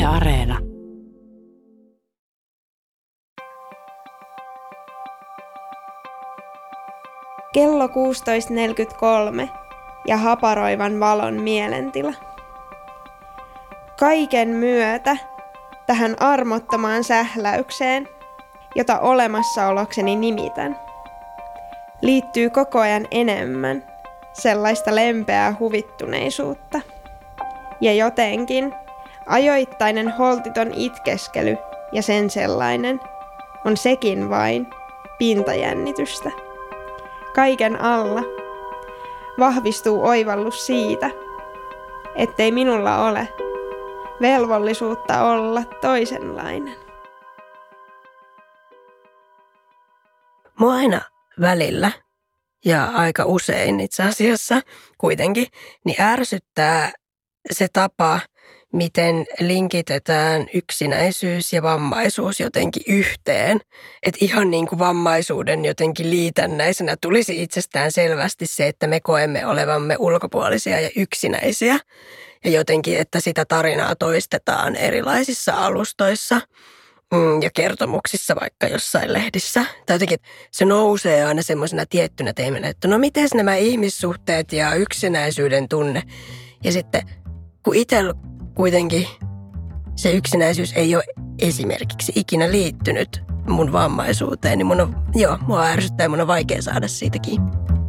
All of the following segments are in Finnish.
Yle Areena. Kello 16.43 ja haparoivan valon mielentila. Kaiken myötä tähän armottomaan sähläykseen, jota olemassaolokseni nimitän, liittyy koko ajan enemmän sellaista lempeää huvittuneisuutta. Ja jotenkin ajoittainen holtiton itkeskely ja sen sellainen on sekin vain pintajännitystä. Kaiken alla vahvistuu oivallus siitä, ettei minulla ole velvollisuutta olla toisenlainen. Mua aina välillä, ja aika usein itse asiassa kuitenkin, niin ärsyttää se tapa, miten linkitetään yksinäisyys ja vammaisuus jotenkin yhteen. Että ihan niin kuin vammaisuuden jotenkin liitännäisenä tulisi itsestään selvästi se, että me koemme olevamme ulkopuolisia ja yksinäisiä. Ja jotenkin, että sitä tarinaa toistetaan erilaisissa alustoissa ja kertomuksissa vaikka jossain lehdissä. Tai jotenkin se nousee aina semmoisena tiettynä teemänä, että no miten nämä ihmissuhteet ja yksinäisyyden tunne. Ja sitten kun itsellä kuitenkin se yksinäisyys ei ole esimerkiksi ikinä liittynyt mun vammaisuuteen, niin mua ärsyttää ja mun on vaikea saada siitä kiinni.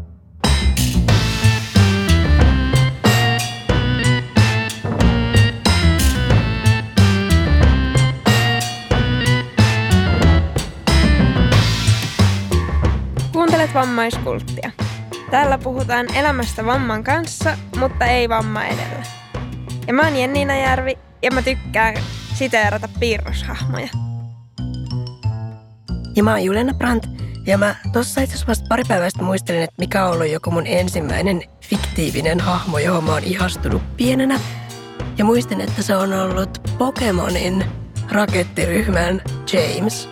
Kuuntelet Vammaiskulttia. Täällä puhutaan elämästä vamman kanssa, mutta ei vamma edellä. Ja mä oon Jenniina Järvi ja mä tykkään siteerata piirroshahmoja. Ja mä oon Juliana Brandt ja mä tossa itse asiassa vasta pari päivää sitten muistelin, että mikä on ollut joku mun ensimmäinen fiktiivinen hahmo, johon mä oon ihastunut pienenä. Ja muistin, että se on ollut Pokemonin rakettiryhmän James.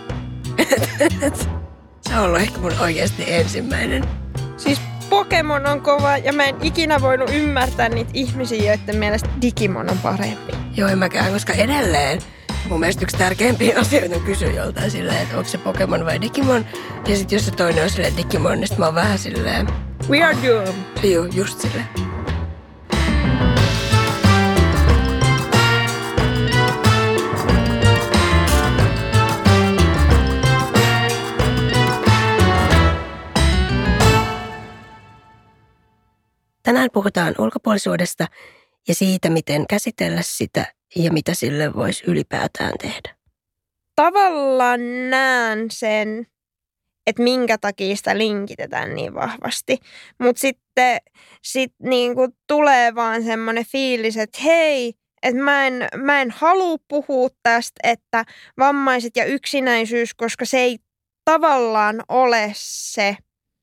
Se on ollut ehkä mun oikeasti ensimmäinen. Siis Pokemon on kova ja mä en ikinä voinut ymmärtää niitä ihmisiä, joiden mielestä Digimon on parempi. Joo, en mäkään, koska edelleen mun mielestä yksi tärkeimpiä asioita on kysyä joltain silleen, että onko se Pokemon vai Digimon. Ja sit jos se toinen on silleen Digimon, niin sit mä oon vähän silleen... We are doomed. Joo, just silleen. Tänään puhutaan ulkopuolisuudesta ja siitä, miten käsitellä sitä ja mitä sille voisi ylipäätään tehdä. Tavallaan näen sen, että minkä takia sitä linkitetään niin vahvasti. Mutta sitten niinku tulee vaan semmoinen fiilis, että hei, että mä en halua puhua tästä, että vammaiset ja yksinäisyys, koska se ei tavallaan ole se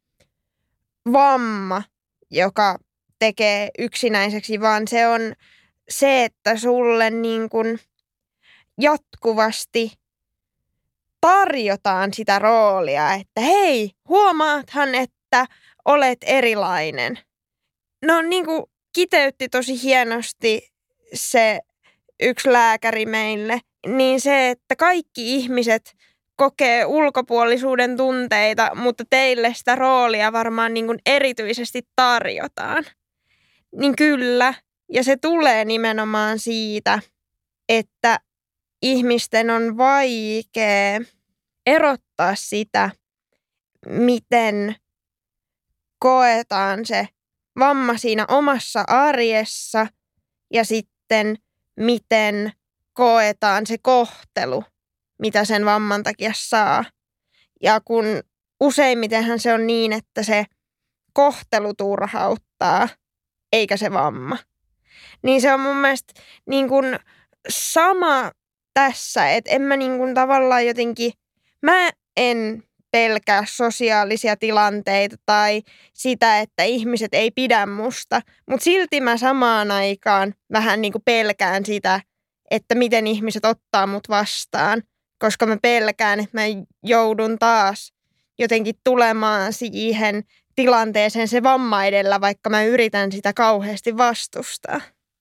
vamma, joka tekee yksinäiseksi, vaan se on se, että sulle niin kuin jatkuvasti tarjotaan sitä roolia, että hei, huomaathan, että olet erilainen. No niin kuin kiteytti tosi hienosti se yksi lääkäri meille, niin se, että kaikki ihmiset kokee ulkopuolisuuden tunteita, mutta teille sitä roolia varmaan niin kuin erityisesti tarjotaan. Niin kyllä, ja se tulee nimenomaan siitä, että ihmisten on vaikea erottaa sitä, miten koetaan se vamma siinä omassa arjessa ja sitten miten koetaan se kohtelu, mitä sen vamman takia saa. Ja kun useimmitenhän se on niin, että se kohtelu turhauttaa, eikä se vamma. Niin se on mun mielestä niin kuin sama tässä, että en mä niin kuin tavallaan jotenkin, mä en pelkää sosiaalisia tilanteita tai sitä, että ihmiset ei pidä musta, mutta silti mä samaan aikaan vähän niin kuin pelkään sitä, että miten ihmiset ottaa mut vastaan, koska mä pelkään, että mä joudun taas jotenkin tulemaan siihen tilanteeseen se vamma edellä, vaikka mä yritän sitä kauheasti vastustaa.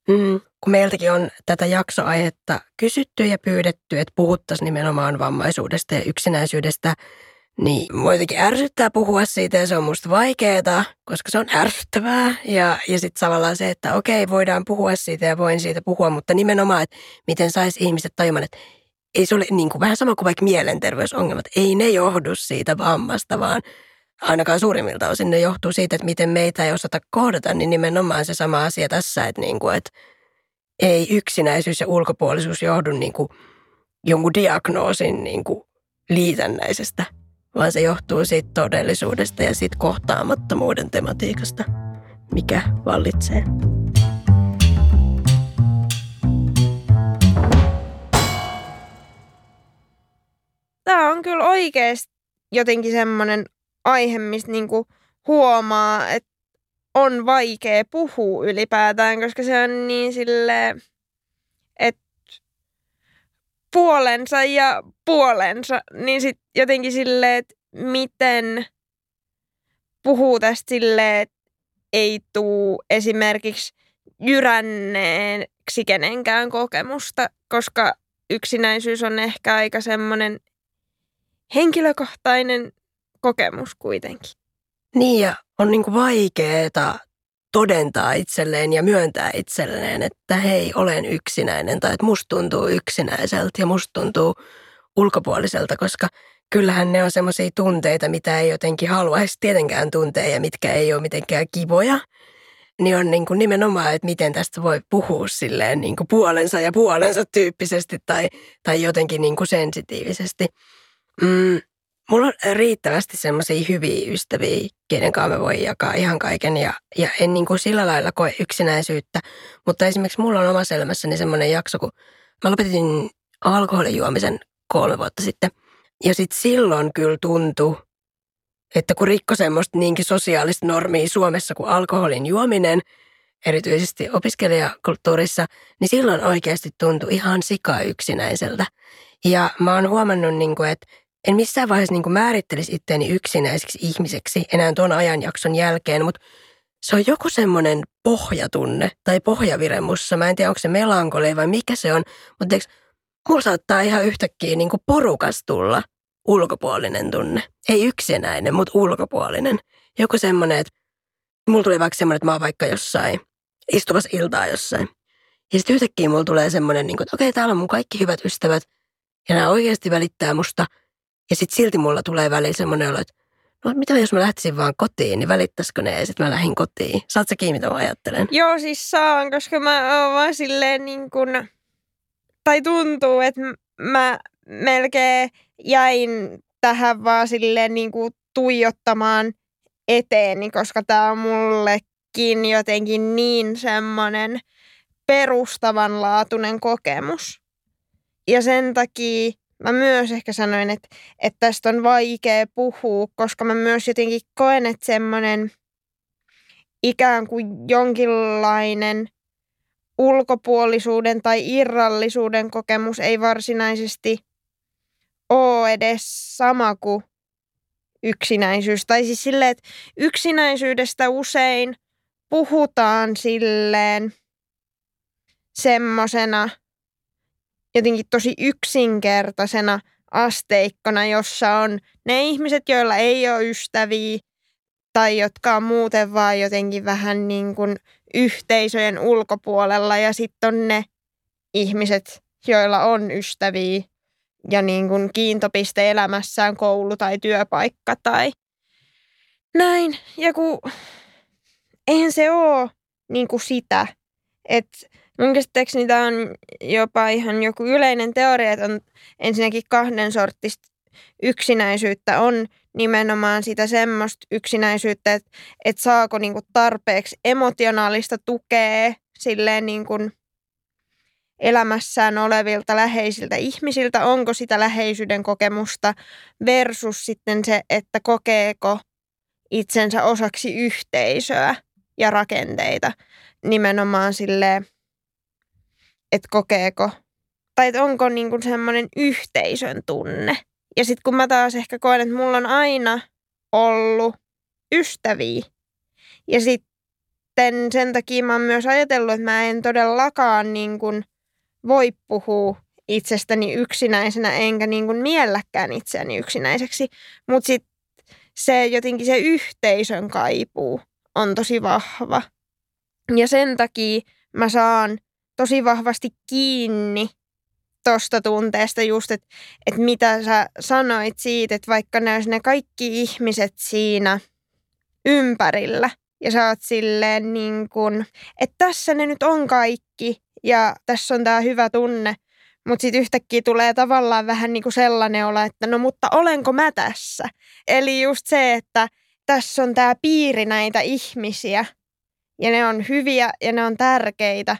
Kun meiltäkin on tätä jaksoaihetta kysytty ja pyydetty, että puhuttaisiin nimenomaan vammaisuudesta ja yksinäisyydestä, niin mua jotenkin ärsyttää puhua siitä ja se on musta vaikeaa, koska se on ärsyttävää. Ja sitten tavallaan se, että okei, voidaan puhua siitä ja voin siitä puhua, mutta nimenomaan, että miten saisi ihmiset tajumaan, että ei se ole niin kuin, vähän sama kuin vaikka mielenterveysongelmat. Ei ne johdu siitä vammasta, vaan ainakaan suurimmilta osin ne johtuu siitä, että miten meitä ei osata kohdata, niin nimenomaan se sama asia tässä, että, niin kuin, että ei yksinäisyys ja ulkopuolisuus johdu niin kuin jonkun diagnoosin niin kuin liitännäisestä, vaan se johtuu siitä todellisuudesta ja siitä kohtaamattomuuden tematiikasta, mikä vallitsee. Tämä on kyllä oikeasti jotenkin semmoinen aihe, mistä niinku huomaa, että on vaikea puhua ylipäätään, koska se on niin silleen, että puolensa ja puolensa, niin sitten jotenkin silleen, että miten puhuu tästä silleen, että ei tuu esimerkiksi jyränneeksi kenenkään kokemusta, koska yksinäisyys on ehkä aika semmoinen henkilökohtainen kokemus kuitenkin. Niin ja on niin kuin vaikeaa todentaa itselleen ja myöntää itselleen, että hei, olen yksinäinen tai että musta tuntuu yksinäiseltä ja musta tuntuu ulkopuoliselta, koska kyllähän ne on semmoisia tunteita, mitä ei jotenkin haluaisi tietenkään tuntea ja mitkä ei ole mitenkään kivoja. Niin on niin kuin nimenomaan, että miten tästä voi puhua silleen niin kuin puolensa ja puolensa tyyppisesti tai jotenkin niin kuin sensitiivisesti. Mulla on riittävästi semmoisia hyviä ystäviä, keiden kanssa mä voin jakaa ihan kaiken ja en niin kuin sillä lailla koe yksinäisyyttä. Mutta esimerkiksi mulla on omassa elämässäni semmoinen jakso, kun mä lopetin alkoholin juomisen 3 vuotta sitten. Ja sitten silloin kyllä tuntui, että kun rikko semmoista niinkin sosiaalista normia Suomessa kuin alkoholin juominen, erityisesti opiskelijakulttuurissa, niin silloin oikeasti tuntui ihan sika yksinäiseltä. Ja mä oon huomannut, että en missään vaiheessa määrittelisi itseäni yksinäiseksi ihmiseksi enää tuon ajanjakson jälkeen, mutta se on joku semmoinen pohjatunne tai pohjavire mussa. Mä en tiedä, onko se melankolia vai mikä se on, mutta mulla saattaa ihan yhtäkkiä porukas tulla ulkopuolinen tunne. Ei yksinäinen, mutta ulkopuolinen. Joku semmoinen, että mulla tulee vaikka semmoinen, että mä oon vaikka jossain istumassa iltaa jossain. Ja sitten yhtäkkiä mulla tulee semmoinen, että okei, täällä on mun kaikki hyvät ystävät ja nämä oikeasti välittää musta. Ja sitten silti mulla tulee välillä semmoinen olo, että no mitä jos mä lähtisin vaan kotiin, niin välittäisikö ne ja sitten mä lähdin kotiin. Saat sä kiinni, mitä mä ajattelen? Joo, siis saan, koska mä oon vaan silleen tai tuntuu, että mä melkein jäin tähän vaan silleen tuijottamaan eteeni, koska tää on mullekin jotenkin niin semmoinen perustavanlaatuinen kokemus. Ja sen takia mä myös ehkä sanoin, että tästä on vaikea puhua, koska mä myös jotenkin koen, että semmoinen ikään kuin jonkinlainen ulkopuolisuuden tai irrallisuuden kokemus ei varsinaisesti ole edes sama kuin yksinäisyys. Tai siis silleen, että yksinäisyydestä usein puhutaan silleen semmosena jotenkin tosi yksinkertaisena asteikkona, jossa on ne ihmiset, joilla ei ole ystäviä tai jotka on muuten vaan jotenkin vähän niin kuin yhteisöjen ulkopuolella ja sitten on ne ihmiset, joilla on ystäviä ja niin kuin kiintopiste elämässään koulu tai työpaikka tai näin. Ja kun eihän se ole niin kuin sitä, että mun käsittääkseni tämä on jopa ihan joku yleinen teoria, että on ensinnäkin 2 sorttista yksinäisyyttä. On nimenomaan sitä semmoista yksinäisyyttä, että saako niinku tarpeeksi emotionaalista tukea silleen niinku elämässään olevilta läheisiltä ihmisiltä. Onko sitä läheisyyden kokemusta versus sitten se, että kokeeko itsensä osaksi yhteisöä ja rakenteita. Nimenomaan silleen, että kokeeko, tai että onko niinku semmoinen yhteisön tunne. Ja sitten kun mä taas ehkä koen, että mulla on aina ollut ystäviä. Ja sitten sitten sen takia mä oon myös ajatellut, että mä en todellakaan niin kuin voi puhua itsestäni yksinäisenä, enkä niin kuin mielläkään itseäni yksinäiseksi. Mutta sitten se jotenkin se yhteisön kaipuu on tosi vahva. Ja sen takia mä saan tosi vahvasti kiinni tosta tunteesta just, että mitä sä sanoit siitä, että vaikka ne olisi ne kaikki ihmiset siinä ympärillä ja sä oot silleen niin kuin, että tässä ne nyt on kaikki ja tässä on tää hyvä tunne, mutta sitten yhtäkkiä tulee tavallaan vähän niin kuin sellainen olo, että no mutta olenko mä tässä? Eli just se, että tässä on tää piiri näitä ihmisiä ja ne on hyviä ja ne on tärkeitä,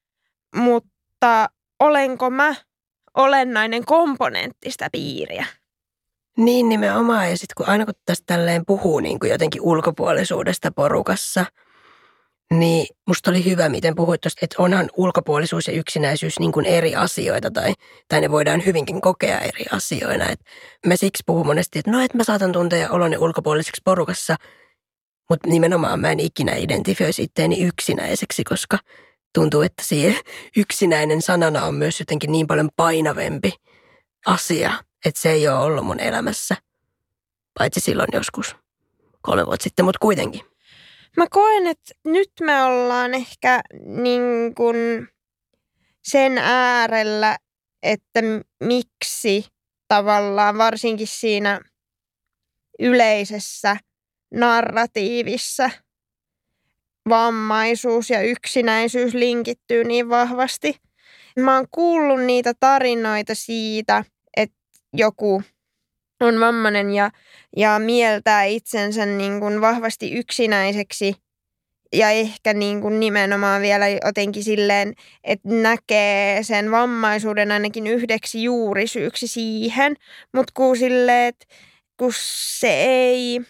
mutta olenko mä olennainen komponentti sitä piiriä? Niin nimenomaan. Ja sitten kun tästä tälleen puhuu niin kuin jotenkin ulkopuolisuudesta porukassa, niin musta oli hyvä, miten puhuit tuosta, että onhan ulkopuolisuus ja yksinäisyys niin kuin eri asioita tai ne voidaan hyvinkin kokea eri asioina. Et mä siksi puhun monesti, että että mä saatan tuntea oloni ulkopuoliseksi porukassa, mutta nimenomaan mä en ikinä identifioisi itteeni yksinäiseksi, koska tuntuu, että siihen yksinäinen sanana on myös jotenkin niin paljon painavempi asia, että se ei ole ollut mun elämässä, paitsi silloin joskus 3 vuotta sitten, mutta kuitenkin. Mä koen, että nyt me ollaan ehkä niin kuin sen äärellä, että miksi tavallaan varsinkin siinä yleisessä narratiivissa vammaisuus ja yksinäisyys linkittyy niin vahvasti. Mä oon kuullut niitä tarinoita siitä, että joku on vammainen ja mieltää itsensä niin kuin vahvasti yksinäiseksi ja ehkä niin kuin nimenomaan vielä jotenkin silleen, että näkee sen vammaisuuden ainakin yhdeksi juurisyyksi siihen, mutta kun se ei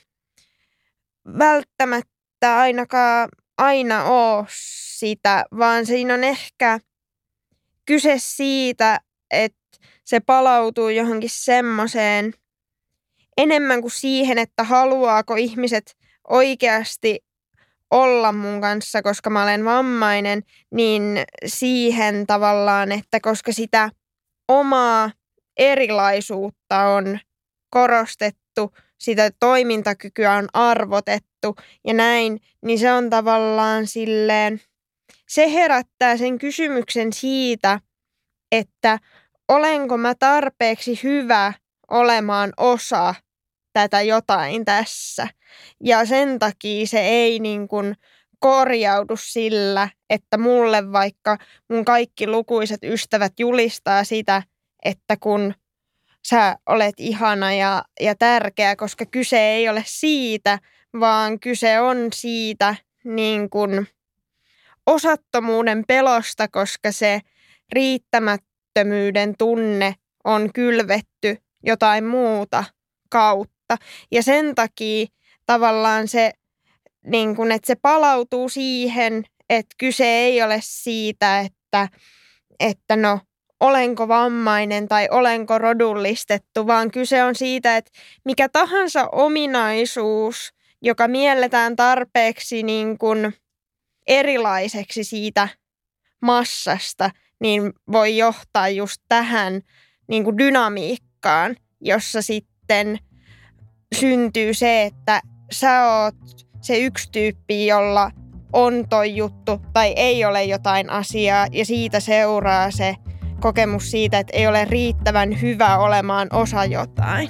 välttämättä ainakaan aina ole sitä, vaan siinä on ehkä kyse siitä, että se palautuu johonkin semmoiseen enemmän kuin siihen, että haluaako ihmiset oikeasti olla mun kanssa, koska mä olen vammainen, niin siihen tavallaan, että koska sitä omaa erilaisuutta on korostettu, sitä toimintakykyä on arvotettu ja näin, niin se on tavallaan silleen, se herättää sen kysymyksen siitä, että olenko mä tarpeeksi hyvä olemaan osa tätä jotain tässä. Ja sen takia se ei niin kuin korjaudu sillä, että mulle vaikka mun kaikki lukuiset ystävät julistaa sitä, että kun sä olet ihana ja tärkeä, koska kyse ei ole siitä, vaan kyse on siitä niin kuin osattomuuden pelosta, koska se riittämättömyyden tunne on kylvetty jotain muuta kautta. Ja sen takia tavallaan se, niin kun, että se palautuu siihen, että kyse ei ole siitä, että no, olenko vammainen tai olenko rodullistettu, vaan kyse on siitä, että mikä tahansa ominaisuus, joka mielletään tarpeeksi niin kun erilaiseksi siitä massasta, niin voi johtaa just tähän niin kuin dynamiikkaan, jossa sitten syntyy se, että sä oot se yksi tyyppi, jolla on toi juttu tai ei ole jotain asiaa ja siitä seuraa se kokemus siitä, että ei ole riittävän hyvä olemaan osa jotain.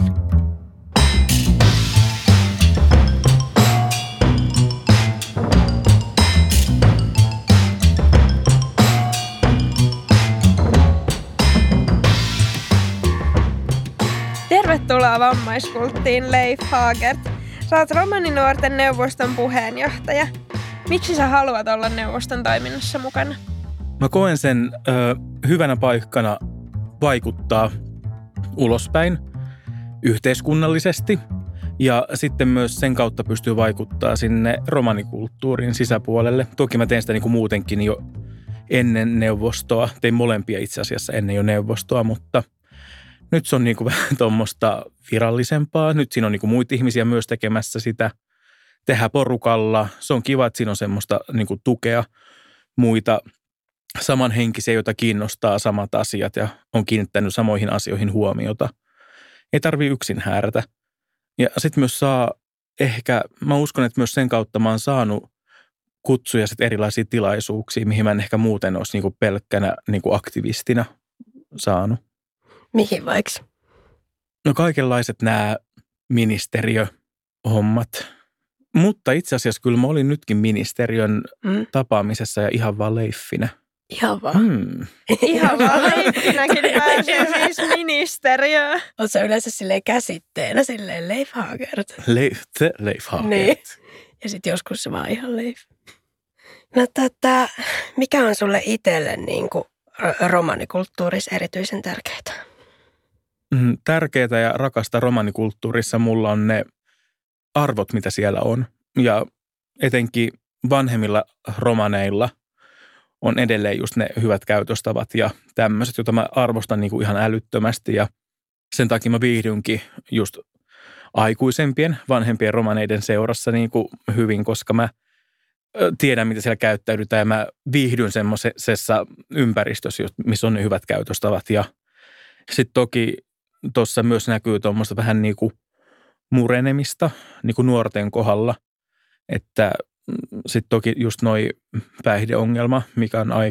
Tervetuloa Vammaiskulttiin, Leif Hagert. Sä oot Romaninuorten neuvoston puheenjohtaja. Miksi sä haluat olla neuvoston toiminnassa mukana? Mä koen sen hyvänä paikkana vaikuttaa ulospäin yhteiskunnallisesti ja sitten myös sen kautta pystyy vaikuttaa sinne romanikulttuurin sisäpuolelle. Toki mä teen sitä niin kuin muutenkin jo ennen neuvostoa. Tein molempia itse asiassa ennen jo neuvostoa, mutta nyt se on niin kuin vähän tuommoista virallisempaa. Nyt siinä on niin kuin muita ihmisiä myös tekemässä sitä tehdään porukalla. Se on kiva, että siinä on semmoista niin kuin tukea muita samanhenkisiä, joita kiinnostaa samat asiat ja on kiinnittänyt samoihin asioihin huomiota. Ei tarvitse yksin häärätä. Ja sitten myös mä uskon, että myös sen kautta mä oon saanut kutsuja sitten erilaisiin tilaisuuksiin, mihin mä en ehkä muuten olisi niin kuin pelkkänä niin kuin aktivistina saanut. Mihin vaikka? No kaikenlaiset nämä ministeriöhommat. Mutta itse asiassa kyllä mä olin nytkin ministeriön tapaamisessa ja ihan vaan leiffinä. Ihan vaan. Ihan vaan leiffinäkin pääsee siis ministeriöön. Oletko sä yleensä silleen käsitteenä, silleen Leif Hagert? Leif Hagert. Niin. Ja sitten joskus se vaan ihan Leif. No mikä on sulle itselle niin kuin romanikulttuurissa erityisen tärkeää? Tärkeää ja rakasta romanikulttuurissa mulla on ne arvot, mitä siellä on. Ja etenkin vanhemmilla romaneilla on edelleen just ne hyvät käytöstavat ja tämmöiset, joita mä arvostan niin kuin ihan älyttömästi. Ja sen takia mä viihdynkin just aikuisempien, vanhempien romaneiden seurassa niin kuin hyvin, koska mä tiedän, mitä siellä käyttäydytään ja mä viihdyn semmoisessa ympäristössä, missä on ne hyvät käytöstavat. Ja sitten toki tuossa myös näkyy tuommoista vähän niin kuin murenemista niin kuin nuorten kohdalla, että sitten toki just noi päihdeongelma, mikä on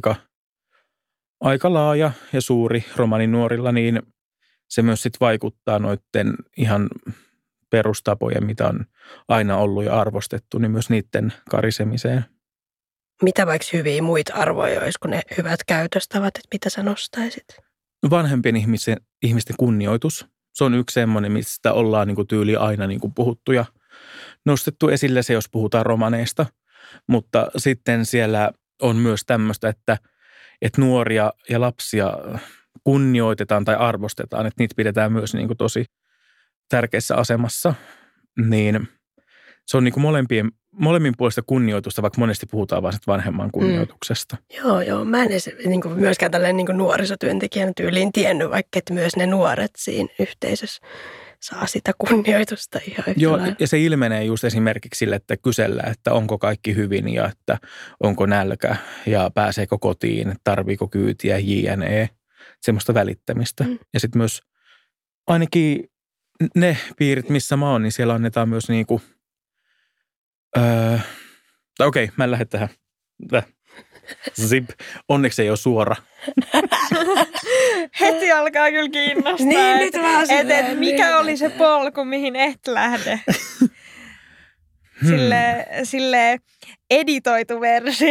aika laaja ja suuri romanin nuorilla, niin se myös sitten vaikuttaa noiden ihan perustapojen, mitä on aina ollut ja arvostettu, niin myös niiden karisemiseen. Mitä vaikka hyviä muita arvoja olisi kuin ne hyvät käytöstavat, että mitä sä nostaisit? Vanhempien ihmisten kunnioitus. Se on yksi semmoinen, mistä ollaan niin kuin tyyli aina niin kuin puhuttu ja nostettu esille se, jos puhutaan romaneista. Mutta sitten siellä on myös tämmöistä, että nuoria ja lapsia kunnioitetaan tai arvostetaan, että niitä pidetään myös niin kuin tosi tärkeässä asemassa. Niin se on niin kuin molemmin puolesta kunnioitusta, vaikka monesti puhutaan vain vanhemman kunnioituksesta. Joo. Mä en edes niin kuin myöskään tälleen niin kuin nuorisotyöntekijän tyyliin tiennyt, vaikka että myös ne nuoret siinä yhteisössä saa sitä kunnioitusta ihan yhtä Joo, lailla. ja se ilmenee just esimerkiksi sille, että kysellään, että onko kaikki hyvin ja että onko nälkä ja pääseekö kotiin, tarviiko kyytiä, jne. Semmoista välittämistä. Ja sitten myös ainakin ne piirit, missä mä oon, niin siellä annetaan myös niinku okei, mä en lähde tähän. Zip. Onneksi ei ole suora. Heti alkaa kyllä kiinnostaa, Niin, nyt vähän silleen, mikä niin, oli se polku, mihin et lähde. Sille editoitu versio.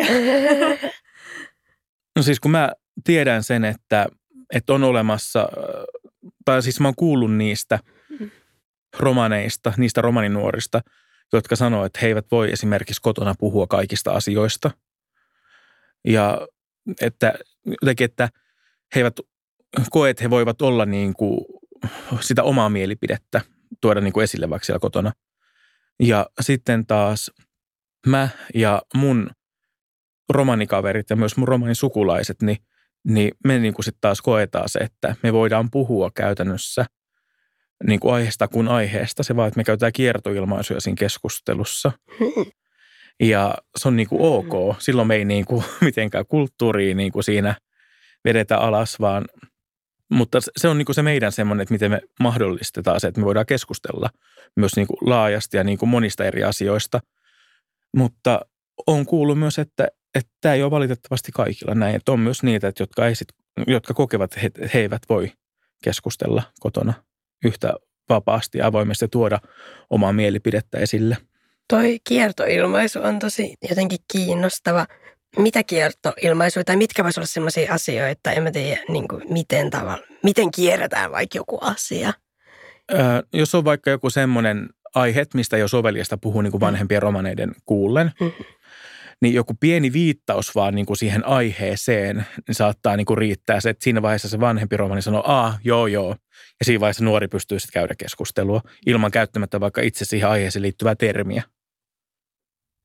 No siis kun mä tiedän sen, että on olemassa, tai siis mä oon kuullut niistä romaneista, niistä romaninuorista, jotka sanoo, että he eivät voi esimerkiksi kotona puhua kaikista asioista. Ja että jotenkin, että he eivät koe, että he voivat olla niin kuin sitä omaa mielipidettä tuoda niin kuin esille vaikka siellä kotona. Ja sitten taas mä ja mun romanikaverit ja myös mun romanisukulaiset, niin me niin kuin sitten taas koetaan se, että me voidaan puhua käytännössä niin kuin aiheesta kuin aiheesta. Se vaan, että me käytetään kiertoilmaisuja siinä keskustelussa. Ja se on niin kuin ok. Silloin me ei niin kuin mitenkään kulttuuria niin kuin siinä vedetä alas, vaan mutta se on niin kuin se meidän semmoinen, että miten me mahdollistetaan se, että me voidaan keskustella myös niin kuin laajasti ja niin kuin monista eri asioista. Mutta on kuullut myös, että tämä ei ole valitettavasti kaikilla näin. Että on myös niitä, jotka kokevat, että he eivät voi keskustella kotona yhtä vapaasti ja avoimesti ja tuoda omaa mielipidettä esille. Toi kiertoilmaisu on tosi jotenkin kiinnostava. Mitä kiertoilmaisuja tai mitkä voisi olla sellaisia asioita, en mä tiedä, niin kuin miten kierretään vaikka joku asia? Jos on vaikka joku semmoinen aihe, mistä jo soveliasta puhuu niin kuin vanhempien romaneiden kuullen, niin joku pieni viittaus vaan niin kuin siihen aiheeseen niin saattaa niin kuin riittää se, että siinä vaiheessa se vanhempi romani sanoo, joo. Ja siinä vaiheessa nuori pystyy sitten käydä keskustelua ilman käyttämättä vaikka itse siihen aiheeseen liittyvää termiä.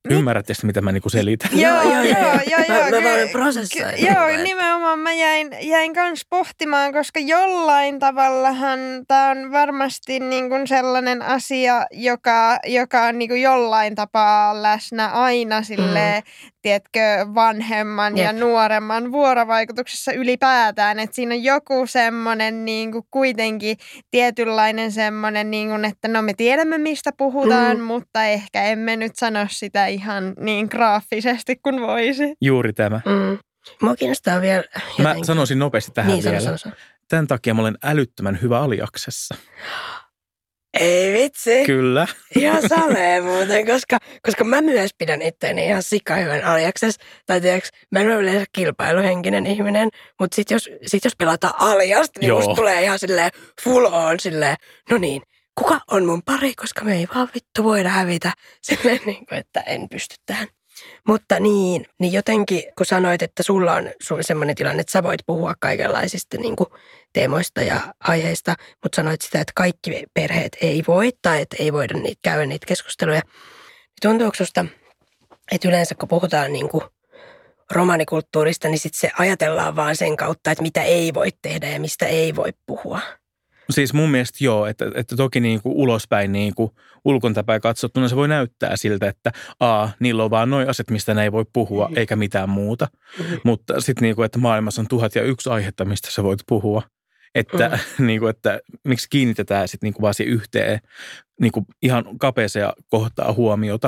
Ymmärrätte mitä mä niinku selitän? Joo. Mä kyllä. vaan prosessoin. Joo, nimenomaan mä jäin kans pohtimaan, koska jollain tavallahan tämä on varmasti niin kuin sellainen asia, joka on niin kuin jollain tapaa läsnä aina silleen, tiedätkö, vanhemman ja nuoremman vuorovaikutuksessa ylipäätään. Että siinä on joku semmoinen niin kuin kuitenkin tietynlainen semmoinen, niin kuin, että no me tiedämme mistä puhutaan, mutta ehkä emme nyt sano sitä ihan niin graafisesti kuin voisi. Juuri tämä. Mua kiinnostaa vielä jotenkin. Mä sanoisin nopeasti tähän Niin, vielä. sano. Tämän takia mä olen älyttömän hyvä aliaksessa. Ei vitsi. Kyllä. Ihan salee muuten, koska mä myös pidän itseäni ihan sikahyvän aliaksessa. Tai tiedätkö, mä en ole yleensä kilpailuhenkinen ihminen, mutta sit jos pelataan aliasta, niin musta tulee ihan silleen full on silleen, no niin, kuka on mun pari, koska me ei vaan vittu voida hävitä. Silleen niin kuin, että en pysty tähän. Mutta niin jotenkin, kun sanoit, että sulla on semmoinen tilanne, että sä voit puhua kaikenlaisista niin kuin teemoista ja aiheista, mutta sanoit sitä, että kaikki perheet ei voi tai että ei voida käydä niitä keskusteluja. Tuntuuko susta, että yleensä kun puhutaan niin kuin romanikulttuurista, niin sitten se ajatellaan vaan sen kautta, että mitä ei voi tehdä ja mistä ei voi puhua? Siis mun mielestä joo, että toki niin kuin ulospäin niin kuin ulkontapäin katsottuna se voi näyttää siltä, että niillä on vaan noi asiat, mistä ne ei voi puhua, eikä mitään muuta. Mutta sitten niin kuin, että maailmassa on 1001 aihetta, mistä sä voit puhua. Että, niin kuin, että miksi kiinnitetään sitten niin kuin vaan siihen yhteen niin kuin ihan kapeeseen kohtaa huomiota.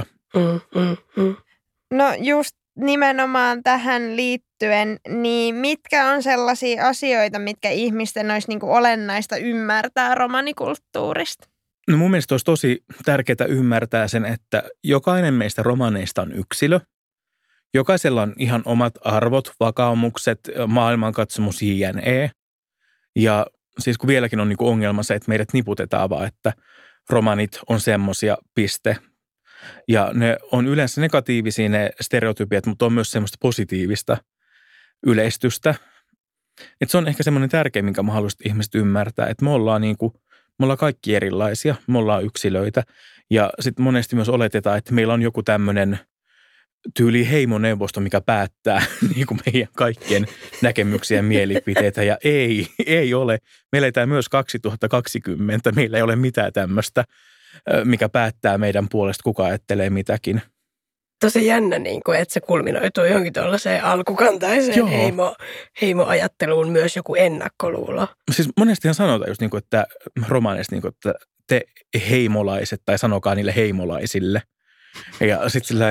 No just nimenomaan tähän liittyen, niin mitkä on sellaisia asioita, mitkä ihmisten olisi niin kuin olennaista ymmärtää romanikulttuurista? No mun mielestä olisi tosi tärkeää ymmärtää sen, että jokainen meistä romaneista on yksilö. Jokaisella on ihan omat arvot, vakaumukset, maailmankatsomus, jne. Ja siis kun vieläkin on niin kuin ongelma se, että meidät niputetaan vaan, että romanit on semmoisia, piste. Ja ne on yleensä negatiivisia ne stereotypiat, mutta on myös semmoista positiivista yleistystä. Että se on ehkä semmoinen tärkeä, minkä mä haluaisin ihmiset ymmärtää, että me ollaan kaikki erilaisia, me ollaan yksilöitä. Ja sitten monesti myös oletetaan, että meillä on joku tämmöinen tyyli heimoneuvosto, mikä päättää niin kuin meidän kaikkien näkemyksiä ja mielipiteitä. Ja ei ole. Me eletään myös 2020. Meillä ei ole mitään tämmöistä, mikä päättää meidän puolesta, kuka ajattelee mitäkin. Tosi jännä, niin kuin, että se kulminoituu johonkin tuollaiseen alkukantaiseen heimoajatteluun myös joku ennakkoluulo. Siis monestihan sanotaan just niin kuin, että romaneista, niin kuin, että te heimolaiset tai sanokaa niille heimolaisille. Ja sitten sillä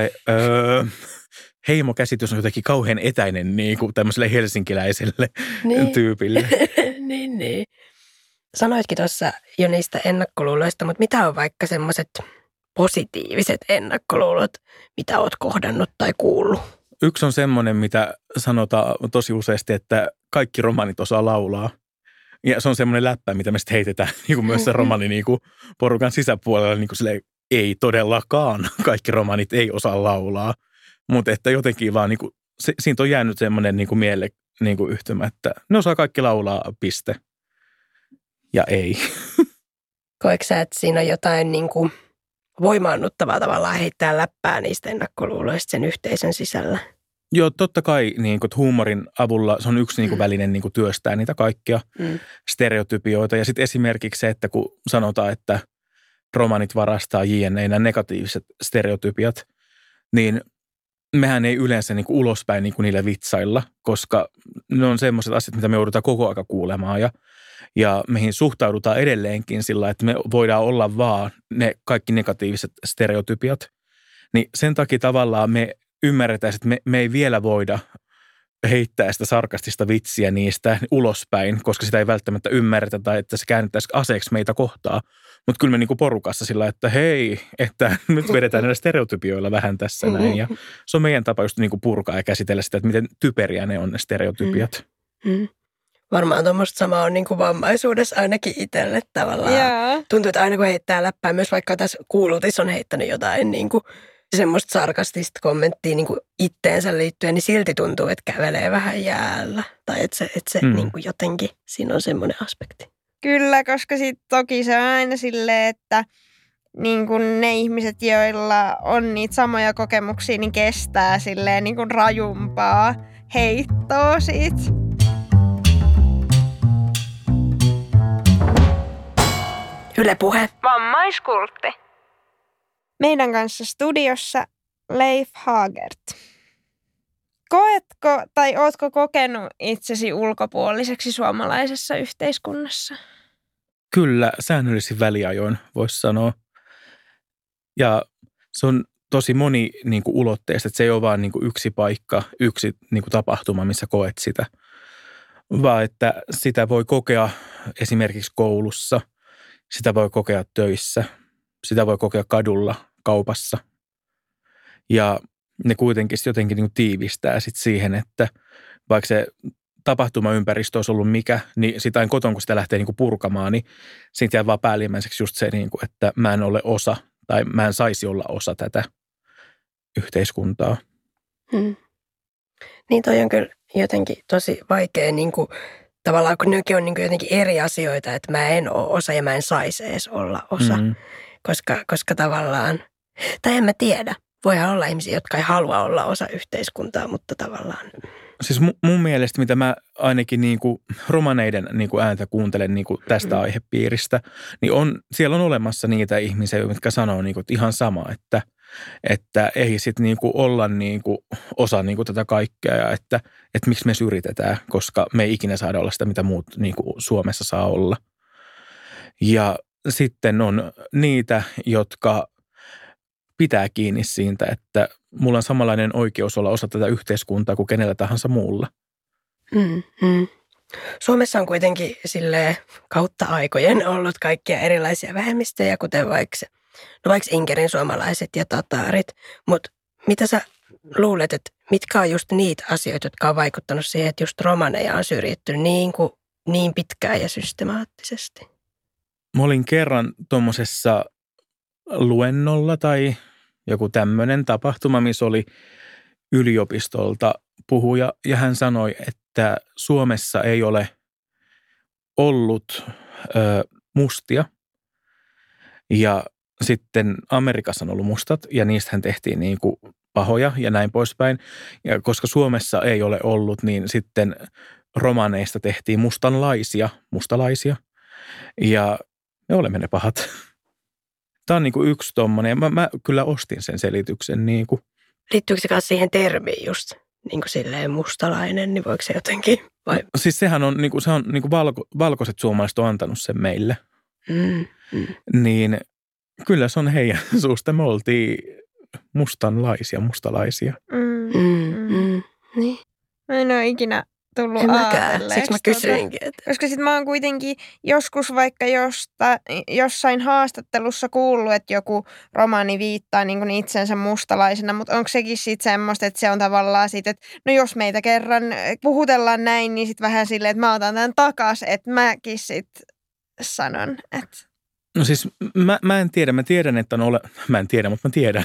heimokäsitys on jotenkin kauhean etäinen niin kuin tämmöiselle helsinkiläiselle tyypille. niin. Sanoitkin tuossa jo niistä ennakkoluuloista, mutta mitä on vaikka semmoiset positiiviset ennakkoluulot, mitä oot kohdannut tai kuullut? Yksi on semmoinen, mitä sanotaan tosi useasti, että kaikki romanit osaa laulaa. Ja se on semmoinen läppä, mitä me sitten heitetään niin kuin myös se romani niin kuin porukan sisäpuolella. Niin kuin silleen, ei todellakaan kaikki romanit ei osaa laulaa. Mutta että jotenkin vaan niin kuin, siitä on jäänyt semmoinen niin kuin miele niin kuin yhtymä, että ne osaa kaikki laulaa, piste. Ja ei. Koetko sä, että siinä on jotain niin kuin voimaannuttavaa tavallaan heittää läppää niistä ennakkoluuloista sen yhteisön sisällä? Joo, totta kai niin kuin, huumorin avulla se on yksi niin kuin, väline niin kuin, työstää niitä kaikkia stereotypioita. Ja sitten esimerkiksi se, että kun sanotaan, että romanit varastaa jne, nämä negatiiviset stereotypiat, niin mehän ei yleensä niin kuin, ulospäin niin kuin, niillä vitsailla, koska ne on semmoiset asiat, mitä me joudutaan koko aika kuulemaan ja meihin suhtaudutaan edelleenkin sillä, että me voidaan olla vaan ne kaikki negatiiviset stereotypiat. Niin sen takia tavallaan me ymmärretään, että me ei vielä voida heittää sitä sarkastista vitsiä niistä ulospäin, koska sitä ei välttämättä ymmärretä tai että se käännettäisi aseeksi meitä kohtaa. Mutta kyllä me niinku porukassa sillä, että hei, että nyt vedetään näillä stereotypioilla vähän tässä näin. Ja se on meidän tapa just niinku purkaa ja käsitellä sitä, että miten typeriä ne on ne stereotypiat. Varmaan tuommoista samaa on niin kuin vammaisuudessa ainakin itselle tavallaan. Yeah. Tuntuu, että aina kun heittää läppää, myös vaikka tässä kuulutis on heittänyt jotain niin kuin semmoista sarkastista kommenttia niin kuin itteensä liittyen, niin silti tuntuu, että kävelee vähän jäällä. Tai että se niin kuin jotenkin, siinä on semmoinen aspekti. Kyllä, koska sitten toki se on aina silleen, että niin kuin ne ihmiset, joilla on niitä samoja kokemuksia, niin kestää silleen niin kuin rajumpaa heittoa siitä. Yle Puhe. Vammaiskultti. Meidän kanssa studiossa Leif Hagert. Koetko tai ootko kokenut itsesi ulkopuoliseksi suomalaisessa yhteiskunnassa? Kyllä, säännöllisin väliajoin voisi sanoa. Ja se on tosi moni niin kuin ulotteista, että se ei ole vaan niin kuin yksi paikka, yksi niin kuin tapahtuma, missä koet sitä. Vaan että sitä voi kokea esimerkiksi koulussa, sitä voi kokea töissä, sitä voi kokea kadulla, kaupassa. Ja ne kuitenkin jotenkin niin kuin tiivistää sit siihen, että vaikka se tapahtumaympäristö olisi ollut mikä, niin sitä en koton, kun sitä lähtee niin kuin purkamaan, niin siitä jää vaan päällimmäiseksi just se, niin kuin, että mä en ole osa tai mä en saisi olla osa tätä yhteiskuntaa. Niin toi on kyllä jotenkin tosi vaikea, niin kuin, tavallaan kun nytkin on niin kuin jotenkin eri asioita, että mä en ole osa ja mä en saisi edes olla osa, koska tavallaan, tai en mä tiedä, voihan olla ihmisiä, jotka ei halua olla osa yhteiskuntaa, mutta tavallaan. Siis mun mielestä, mitä mä ainakin niin kuin romaneiden niin kuin ääntä kuuntelen niin kuin tästä aihepiiristä, niin siellä on olemassa niitä ihmisiä, jotka sanoo niin kuin, että ihan sama, että ei sitten niin kuin olla niin kuin osa niin kuin tätä kaikkea ja että miksi me yritetään, koska me ei ikinä saada olla sitä, mitä muut niin kuin Suomessa saa olla. Ja sitten on niitä, jotka pitää kiinni siitä, että mulla on samanlainen oikeus olla osa tätä yhteiskuntaa kuin kenellä tahansa muulla. Suomessa on kuitenkin silleen kautta aikojen ollut kaikkia erilaisia vähemmistöjä, kuten vaikka Inkerin suomalaiset ja tataarit. Mutta mitä sä luulet, että mitkä on just niitä asioita, jotka on vaikuttanut siihen, että just romaneja on syrjitty niin pitkään ja systemaattisesti? Mä olin kerran tuommoisessa luennolla tai joku tämmöinen tapahtuma, missä oli yliopistolta puhuja ja hän sanoi, että Suomessa ei ole ollut mustia ja sitten Amerikassa on ollut mustat ja niistähän tehtiin niin kuin pahoja ja näin poispäin. Ja koska Suomessa ei ole ollut, niin sitten romaneista tehtiin mustalaisia ja me olemme ne pahat. Tämä on niin kuin yksi tommoinen ja mä kyllä ostin sen selityksen. Niin kuin. Liittyykö se kanssa siihen termiin just niin kuin silleen mustalainen, niin voiko se jotenkin? Vai? Siis sehän on, niin kuin, valkoiset suomalaiset on antanut sen meille. Niin kyllä se on heidän suusta. Me oltiin mustalaisia. Niin. Mä en ole ikinä tullut ajatelleeksi. Siksi mä kysyinkin. Koska sit mä oon kuitenkin joskus vaikka jossain haastattelussa kuullut, että joku romani viittaa niin kuin itsensä mustalaisena, mutta onko sekin sitten semmoista, että se on tavallaan siitä, että no jos meitä kerran puhutellaan näin, niin sitten vähän silleen, että mä otan tämän takaisin, että mäkin sitten sanon, että. No siis mä en tiedä, mä tiedän, että mä en tiedä, mutta mä tiedän.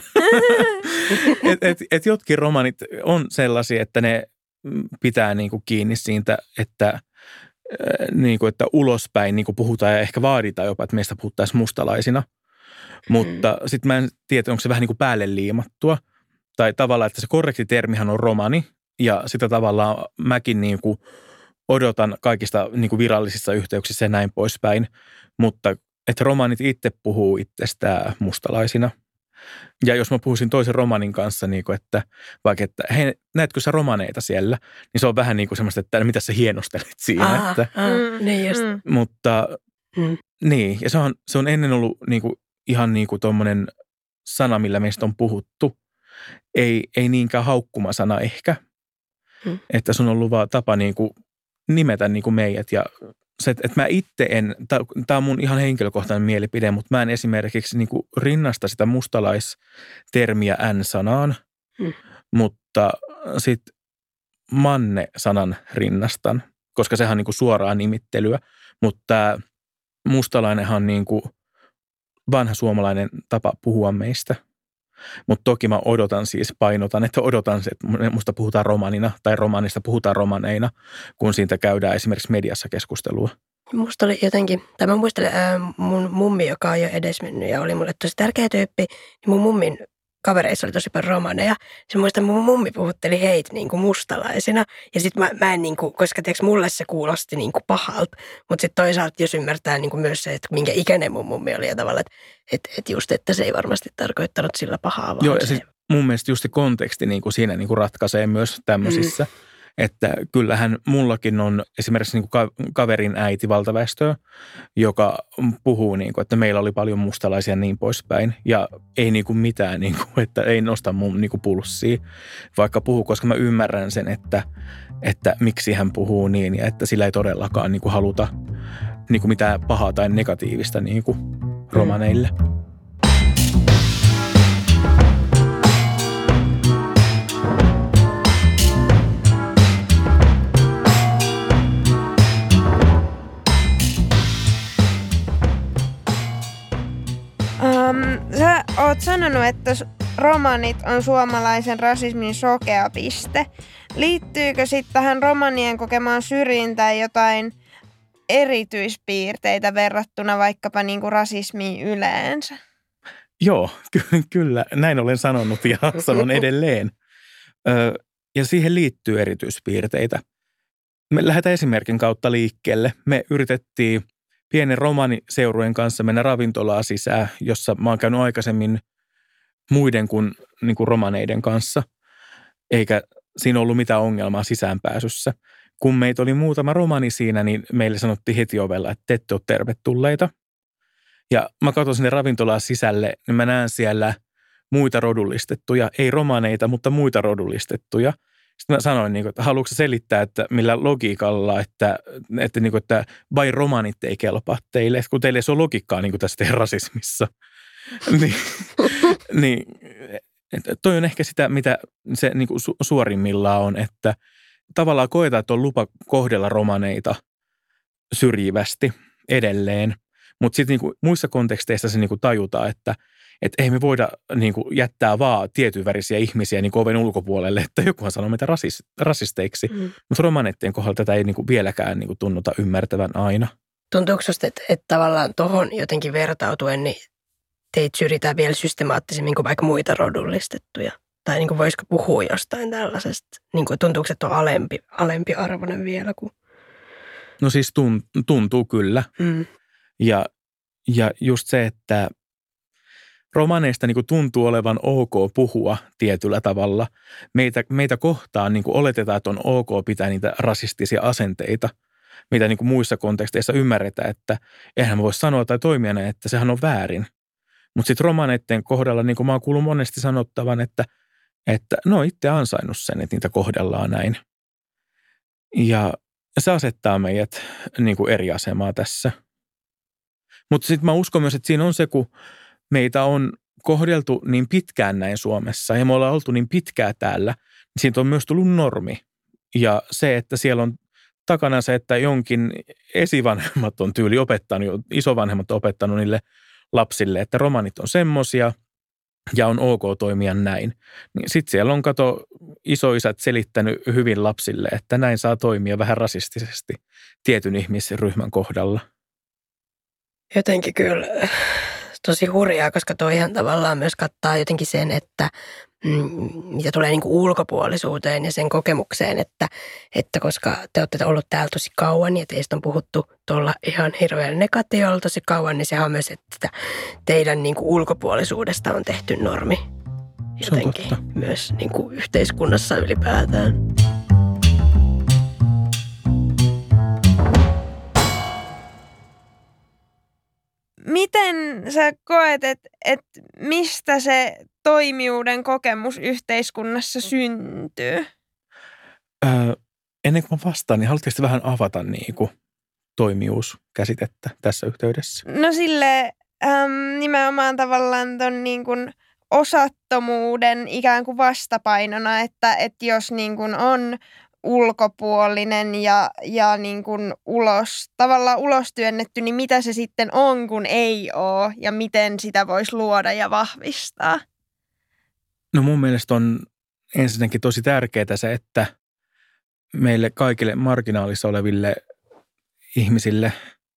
et jotkin romanit on sellaisia, että ne pitää niinku kiinni siitä, että, niinku, että ulospäin niinku puhutaan ja ehkä vaaditaan jopa, että meistä puhuttaisiin mustalaisina. Mutta sitten mä en tiedä, onko se vähän niinku päälle liimattua. Tai tavallaan, että se korrekti termihan on romani ja sitä tavallaan mäkin niinku odotan kaikista niinku virallisissa yhteyksissä ja näin poispäin. Mutta että romanit itse puhuu itsestään mustalaisina. Ja jos mä puhuisin toisen romanin kanssa, niin kuin, että vaikka, että hei, näetkö sä romaneita siellä, niin se on vähän niin kuin semmoista, että mitä sä hienostelet siinä. Niin just. Mutta niin, ja se on ennen ollut niin kuin, ihan niin kuin tommoinen sana, millä meistä on puhuttu. Ei niinkään haukkumasana ehkä. Että se on ollut vaan tapa niin kuin nimetä niin kuin meidät ja se, että mä itse tämä on mun ihan henkilökohtainen mielipide, mutta mä en esimerkiksi niin kuin rinnasta sitä mustalaistermiä N-sanaan, mutta sitten manne-sanan rinnastan, koska sehän on niin kuin suoraa nimittelyä, mutta tämä mustalainenhan on niin kuin vanha suomalainen tapa puhua meistä. Mutta toki mä painotan, että musta puhutaan romanina tai romanista puhutaan romaneina, kun siitä käydään esimerkiksi mediassa keskustelua. Musta oli jotenkin, tai mä muistelen mun mummi, joka on jo edesmennyt ja oli mulle tosi tärkeä tyyppi, niin mun mummin kavereissa oli tosi paljon romaneja. Se muistan, mun mummi puhutteli heitä niin kuin mustalaisina. Ja sit mä en, niin kuin, koska tiiäks, mulle se kuulosti niin kuin pahalta. Mutta sitten toisaalta jos ymmärtää niin kuin myös se, että minkä ikäinen mun mummi oli ja tavallaan, että just, että se ei varmasti tarkoittanut sillä pahaa. Vaan Joo, ja siis mun mielestä just se konteksti niin kuin siinä niin kuin ratkaisee myös tämmöisissä. Että kyllähän mullakin on esimerkiksi niin kuin kaverin äiti valtaväestöä, joka puhuu, niin kuin, että meillä oli paljon mustalaisia niin poispäin. Ja ei niin kuin mitään, niin kuin, että ei nosta mun niin kuin pulssia, vaikka puhuu, koska mä ymmärrän sen, että miksi hän puhuu niin. Ja että sillä ei todellakaan niin kuin haluta niin kuin mitään pahaa tai negatiivista niin kuin romaneille. Sä oot sanonut, että romanit on suomalaisen rasismin sokea piste. Liittyykö sitten tähän romanien kokemaan syrjintään jotain erityispiirteitä verrattuna vaikkapa niinku rasismiin yleensä? Joo, kyllä. Näin olen sanonut ja sanon edelleen. Ja siihen liittyy erityispiirteitä. Me lähdetään esimerkin kautta liikkeelle. Me yritettiin pienen romaniseurueen kanssa mennä ravintolaan sisään, jossa mä oon käynyt aikaisemmin muiden kuin, romaneiden kanssa, eikä siinä ollut mitään ongelmaa sisäänpääsyssä. Kun meitä oli muutama romani siinä, niin meille sanottiin heti ovella, että te ette ole tervetulleita. Ja mä katson sinne ravintolaan sisälle, niin mä näen siellä muita rodullistettuja, ei romaneita, mutta muita rodullistettuja. Sitten mä sanoin, että haluatko selittää, että millä logiikalla, että vain romanit ei kelpaa teille, kun teille ei ole logiikkaa tässä teidän rasismissa. niin, toi on ehkä sitä, mitä se suorimmillaan on, että tavallaan koetaan, että on lupa kohdella romaneita syrjivästi edelleen, mutta sitten muissa konteksteissa se tajutaan, että ei me voida jättää vaan tietynvärisiä ihmisiä oven ulkopuolelle, että jokuhan sanoo meitä rasisteiksi. Mutta romanettien kohdalla tätä ei vieläkään tunnuta ymmärtävän aina. Tuntuuko sinusta, että tavallaan tuohon jotenkin vertautuen, niin teitä syrjitään vielä systemaattisemmin kuin vaikka muita rodullistettuja? Tai voisiko puhua jostain tällaisesta? Tuntuuko, että on alempi arvoinen vielä kuin? No siis tuntuu kyllä. Ja just se, että romaneista tuntuu olevan ok puhua tietyllä tavalla. Meitä kohtaan oletetaan, että on ok pitää niitä rasistisia asenteita, mitä muissa konteksteissa ymmärretään, että eihän mä voi sanoa tai toimia näin, että sehän on väärin. Mutta sitten romaneiden kohdalla mä oon kuullut monesti sanottavan, että no itse ansainnut sen, että niitä kohdellaan näin. Ja se asettaa meidät eri asemaa tässä. Mutta sitten mä uskon myös, että siinä on se, kun meitä on kohdeltu niin pitkään näin Suomessa ja me ollaan oltu niin pitkään täällä, niin siitä on myös tullut normi. Ja se, että siellä on takana se, että jonkin esivanhemmat on tyyli opettanut, isovanhemmat on opettanut niille lapsille, että romanit on semmosia ja on ok toimia näin. Niin sitten siellä on isoisät selittänyt hyvin lapsille, että näin saa toimia vähän rasistisesti tietyn ihmisryhmän kohdalla. Jotenkin kyllä tosi hurjaa, koska toihan tavallaan myös kattaa jotenkin sen, että mitä tulee ulkopuolisuuteen ja sen kokemukseen, että koska te olette ollut täällä tosi kauan ja teistä on puhuttu tuolla ihan hirveän negatiivalla tosi kauan, niin sehän on myös, että teidän ulkopuolisuudesta on tehty normi jotenkin myös yhteiskunnassa ylipäätään. Miten sä koet, että mistä se toimijuuden kokemus yhteiskunnassa syntyy? Ennen kuin mä vastaan, niin haluatteko vähän avata toimijuuskäsitettä tässä yhteydessä? No nimenomaan tavallaan ton osattomuuden ikään kuin vastapainona, että jos on ulkopuolinen ja tavallaan ulostyönnetty, niin mitä se sitten on, kun ei ole ja miten sitä voisi luoda ja vahvistaa? No mun mielestä on ensinnäkin tosi tärkeää se, että meille kaikille marginaalissa oleville ihmisille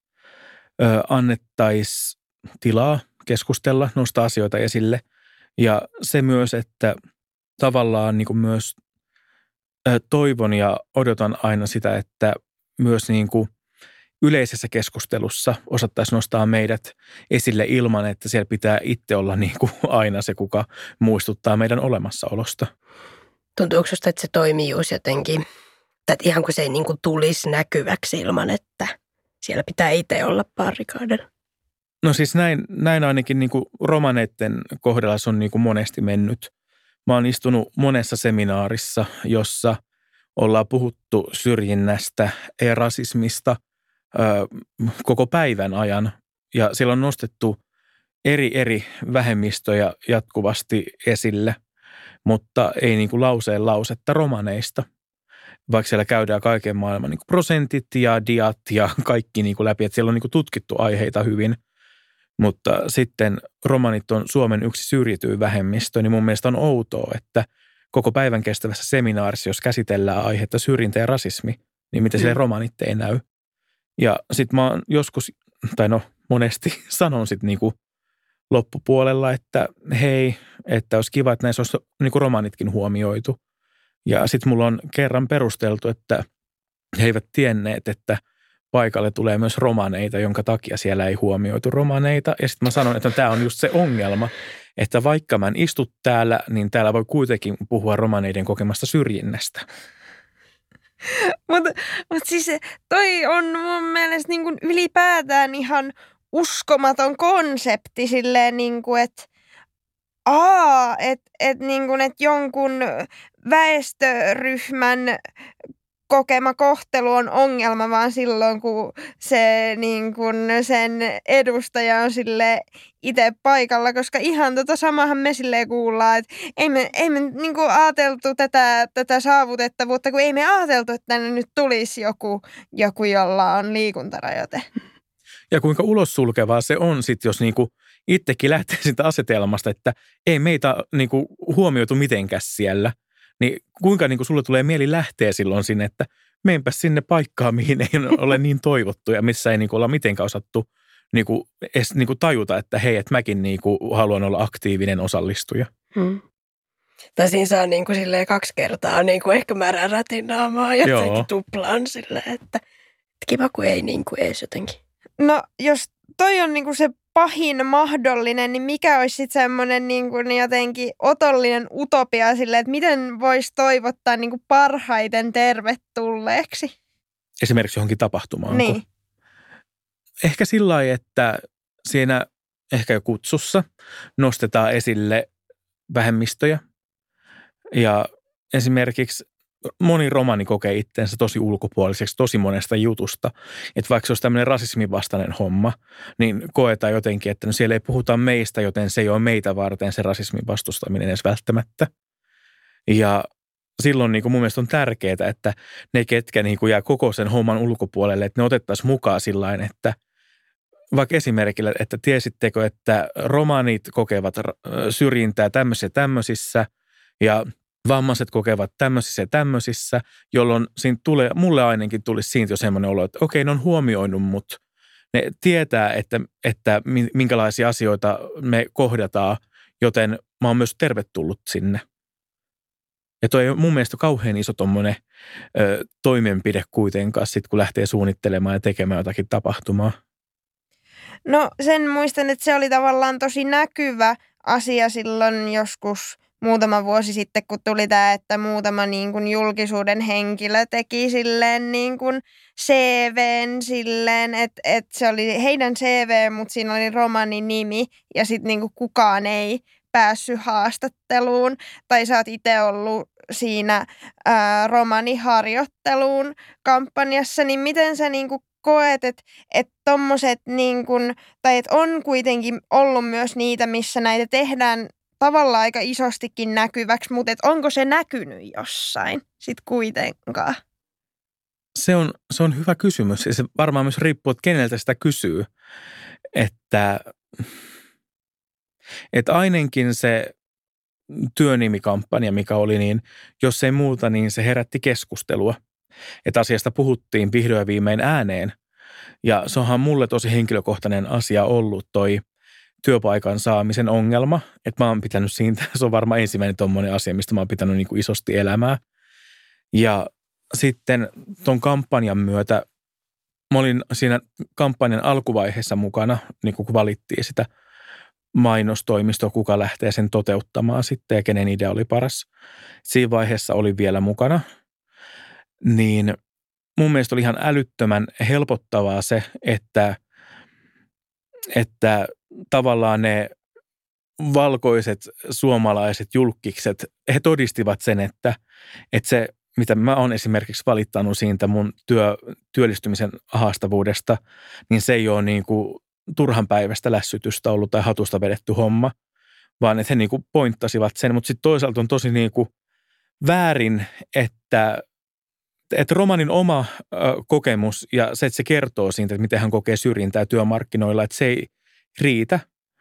annettaisiin tilaa keskustella, nostaa asioita esille. Ja se myös, että tavallaan niin kuin myös toivon ja odotan aina sitä, että myös niin kuin yleisessä keskustelussa osattaisiin nostaa meidät esille ilman, että siellä pitää itse olla niin kuin aina se, kuka muistuttaa meidän olemassaolosta. Tuntuuko sinusta, että se toimii just jotenkin, että ihan kuin se ei niin kuin tulisi näkyväksi ilman, että siellä pitää itse olla barrikaadilla? No siis näin ainakin niin kuin romaneiden kohdalla se on niin kuin monesti mennyt. Mä oon istunut monessa seminaarissa, jossa ollaan puhuttu syrjinnästä ja rasismista koko päivän ajan. Ja siellä on nostettu eri vähemmistöjä jatkuvasti esille, mutta ei niin kuin lauseen lausetta romaneista. Vaikka siellä käydään kaiken maailman niin kuin prosentit ja diat ja kaikki niin kuin läpi, että siellä on niin kuin tutkittu aiheita hyvin. Mutta sitten romanit on Suomen yksi syrjityin vähemmistö, niin mun mielestä on outoa, että koko päivän kestävässä seminaarissa, jos käsitellään aihetta syrjintä ja rasismi, niin miten siellä romanit ei näy. Ja sitten mä oon joskus, tai no monesti sanon sitten niinku loppupuolella, että hei, että olisi kiva, että näissä olisi niinku romanitkin huomioitu. Ja sitten mulla on kerran perusteltu, että he eivät tienneet, että paikalle tulee myös romaneita, jonka takia siellä ei huomioitu romaneita. Ja sitten mä sanon, että tämä on just se ongelma, että vaikka mä en istu täällä, niin täällä voi kuitenkin puhua romaneiden kokemasta syrjinnästä. Mutta siis toi on mun mielestä niin kuin ylipäätään ihan uskomaton konsepti silleen, niin kuin, että niin kuin, että jonkun väestöryhmän kokema kohtelu on ongelma vaan silloin, kun se niin kun sen edustaja on sille itse paikalla, koska ihan samahan me silleen kuullaan, että ei me niin kuin ajateltu tätä saavutettavuutta, kun ei me ajateltu, että tänne nyt tulisi joku jolla on liikuntarajoite. Ja kuinka ulos sulkevaa se on sitten, jos niinku itsekin lähtee siitä asetelmasta, että ei meitä niinku huomioitu mitenkään siellä. Niin kuinka niin kuin sulle tulee mieli lähteä silloin sinne, että meenpä sinne paikkaan, mihin ei ole niin toivottu ja missä ei niin kuin olla mitenkään osattu niin kuin edes niin kuin tajuta, että hei, että mäkin niin kuin haluan olla aktiivinen osallistuja. Tai siinä saa niin kuin silleen 2 kertaa niin kuin ehkä märän rätin naamaa ja jotenkin tuplaan silleen, että kiva kun ei niin kuin edes jotenkin. No jos toi on niin kuin se pahin mahdollinen, niin mikä olisi sitten semmoinen niin kuin jotenkin otollinen utopia sille, että miten voisi toivottaa niin kuin parhaiten tervetulleeksi? Esimerkiksi johonkin tapahtumaan. Niin. Ehkä sillä lailla, että siinä ehkä kutsussa nostetaan esille vähemmistöjä. Ja esimerkiksi moni romani kokee itseensä tosi ulkopuoliseksi tosi monesta jutusta. Että vaikka se olisi tämmöinen rasismin vastainen homma, niin koetaan jotenkin, että no siellä ei puhuta meistä, joten se ei ole meitä varten se rasismin vastustaminen edes välttämättä. Ja silloin niin kuin mun mielestä on tärkeää, että ne, ketkä niin kuin jää koko sen homman ulkopuolelle, että ne otettaisiin mukaan sillain, että vaikka esimerkillä, että tiesittekö, että romanit kokevat syrjintää tämmöisissä ja vammaiset kokevat tämmöisissä ja tämmöisissä, jolloin siinä tulee, mulle ainakin tulisi siitä jo semmoinen olo, että okei, ne on huomioinut mut. Ne tietää, että minkälaisia asioita me kohdataan, joten mä oon myös tervetullut sinne. Ja toi on mun mielestä kauhean iso tommoinen toimenpide kuitenkaan sit, kun lähtee suunnittelemaan ja tekemään jotakin tapahtumaa. No sen muistan, että se oli tavallaan tosi näkyvä asia silloin joskus muutama vuosi sitten, kun tuli tämä, että muutama niin kuin julkisuuden henkilö teki silleen niin kuin CVn silleen, että se oli heidän CV, mutta siinä oli romanin nimi ja sitten niin kuin kukaan ei päässyt haastatteluun. Tai sä oot itse ollut siinä romaniharjoitteluun kampanjassa, niin miten sä niin kuin koet, että tommoset niin kuin, tai että on kuitenkin ollut myös niitä, missä näitä tehdään tavallaan aika isostikin näkyväksi, mutta onko se näkynyt jossain sitten kuitenkaan? Se on hyvä kysymys ja se varmaan myös riippuu, että keneltä sitä kysyy. Että ainakin se työnimikampanja, mikä oli, niin jos ei muuta, niin se herätti keskustelua. Että asiasta puhuttiin vihdoin ja viimein ääneen. Ja se onhan mulle tosi henkilökohtainen asia ollut toi työpaikan saamisen ongelma, että mä oon pitänyt siitä, se on varmaan ensimmäinen tommoinen asia, mistä mä oon pitänyt niin kuin isosti elämää. Ja sitten ton kampanjan myötä, mä olin siinä kampanjan alkuvaiheessa mukana, niin kun valittiin sitä mainostoimistoa, kuka lähtee sen toteuttamaan sitten ja kenen idea oli paras. Siinä vaiheessa olin vielä mukana, niin mun mielestä oli ihan älyttömän helpottavaa se, että tavallaan ne valkoiset suomalaiset julkkikset, he todistivat sen, että se, mitä mä oon esimerkiksi valittanut siitä mun työllistymisen haastavuudesta, niin se ei ole niin kuin turhan päivästä lässytystä ollut tai hatusta vedetty homma, vaan että he niin kuin pointtasivat sen. Mutta sitten toisaalta on tosi niin kuin väärin, että romanin oma kokemus ja se, että se kertoo siitä, että miten hän kokee syrjintää työmarkkinoilla, että se ei riitä,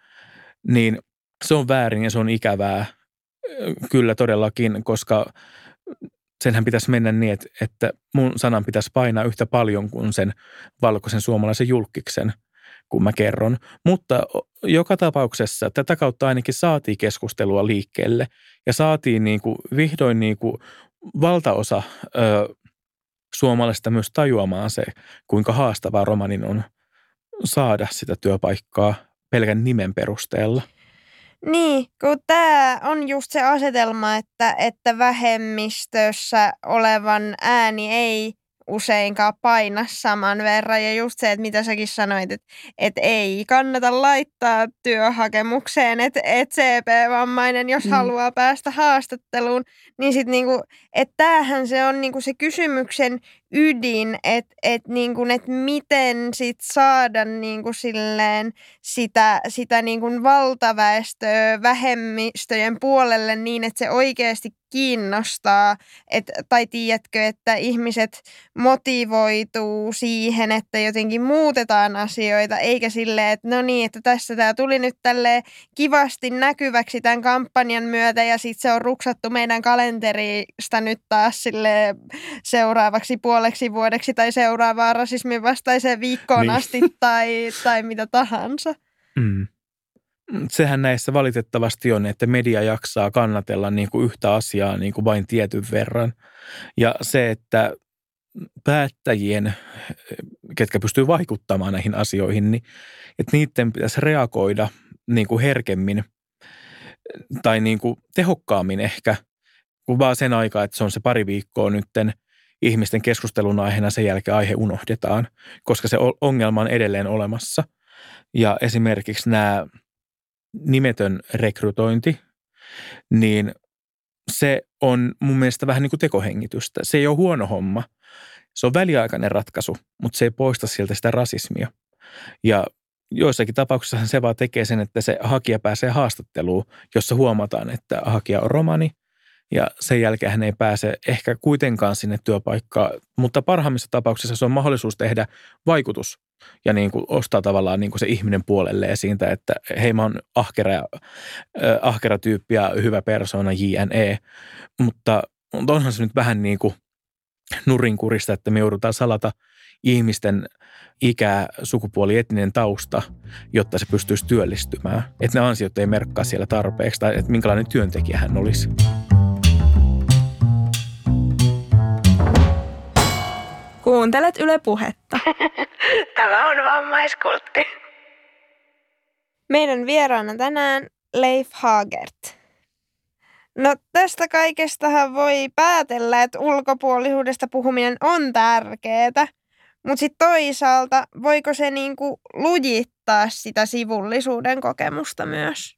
niin se on väärin ja se on ikävää kyllä todellakin, koska senhän pitäisi mennä niin, että mun sanan pitäisi painaa yhtä paljon kuin sen valkoisen suomalaisen julkkiksen, kun mä kerron. Mutta joka tapauksessa tätä kautta ainakin saatiin keskustelua liikkeelle ja saatiin niin kuin vihdoin niin kuin valtaosa suomalaisista myös tajuamaan se, kuinka haastavaa romanin on saada sitä työpaikkaa pelkän nimen perusteella. Niin, kun tämä on just se asetelma, että vähemmistössä olevan ääni ei useinkaan paina saman verran. Ja just se, että mitä säkin sanoit, että ei kannata laittaa työhakemukseen, että CP-vammainen, jos haluaa päästä haastatteluun, niin sitten niinku, että tämähän se on niinku se kysymyksen ydin, että niinku, et miten sit saada niinku silleen sitä niinku valtaväestöä vähemmistöjen puolelle niin, että se oikeasti kiinnostaa, tai tiedätkö, että ihmiset motivoituu siihen, että jotenkin muutetaan asioita, eikä silleen, että no niin, että tässä tämä tuli nyt tälleen kivasti näkyväksi tämän kampanjan myötä ja sitten se on ruksattu meidän kalenterista nyt taas silleen seuraavaksi puoleksi vuodeksi tai seuraavaan rasismin vastaiseen viikkoon niin asti tai mitä tahansa. Mm. Sehän näissä valitettavasti on, että media jaksaa kannatella niin kuin yhtä asiaa niin kuin vain tietyn verran. Ja se, että päättäjien, ketkä pystyy vaikuttamaan näihin asioihin, niin että niiden pitäisi reagoida niin kuin herkemmin tai niin kuin tehokkaammin ehkä, kuin vaan sen aikaa, että se on se pari viikkoa nytten ihmisten keskustelun aiheena, sen jälkeen aihe unohdetaan, koska se ongelma on edelleen olemassa. Ja esimerkiksi nämä nimetön rekrytointi, niin se on mun mielestä vähän niin kuin tekohengitystä. Se ei ole huono homma. Se on väliaikainen ratkaisu, mutta se ei poista siltä sitä rasismia. Ja joissakin tapauksissa se vaan tekee sen, että se hakija pääsee haastatteluun, jossa huomataan, että hakija on romani. Ja sen jälkeen hän ei pääse ehkä kuitenkaan sinne työpaikkaan, mutta parhaimmissa tapauksissa se on mahdollisuus tehdä vaikutus ja niin kuin ostaa tavallaan niin kuin se ihminen puolelleen siitä, että hei mä oon ahkera tyyppi ja hyvä persoona JNE, mutta onhan se nyt vähän niin kuin nurinkurista, että me joudutaan salata ihmisten ikä, sukupuoli, etninen tausta, jotta se pystyisi työllistymään. Että ne ansiot ei merkkaa siellä tarpeeksi tai että minkälainen työntekijä hän olisi. Kuuntelet Yle Puhetta. Tämä on Vammaiskultti. Meidän vieraana tänään Leif Hagert. No tästä kaikestahan voi päätellä, että ulkopuolisuudesta puhuminen on tärkeää, mutta sitten toisaalta voiko se niinku lujittaa sitä sivullisuuden kokemusta myös?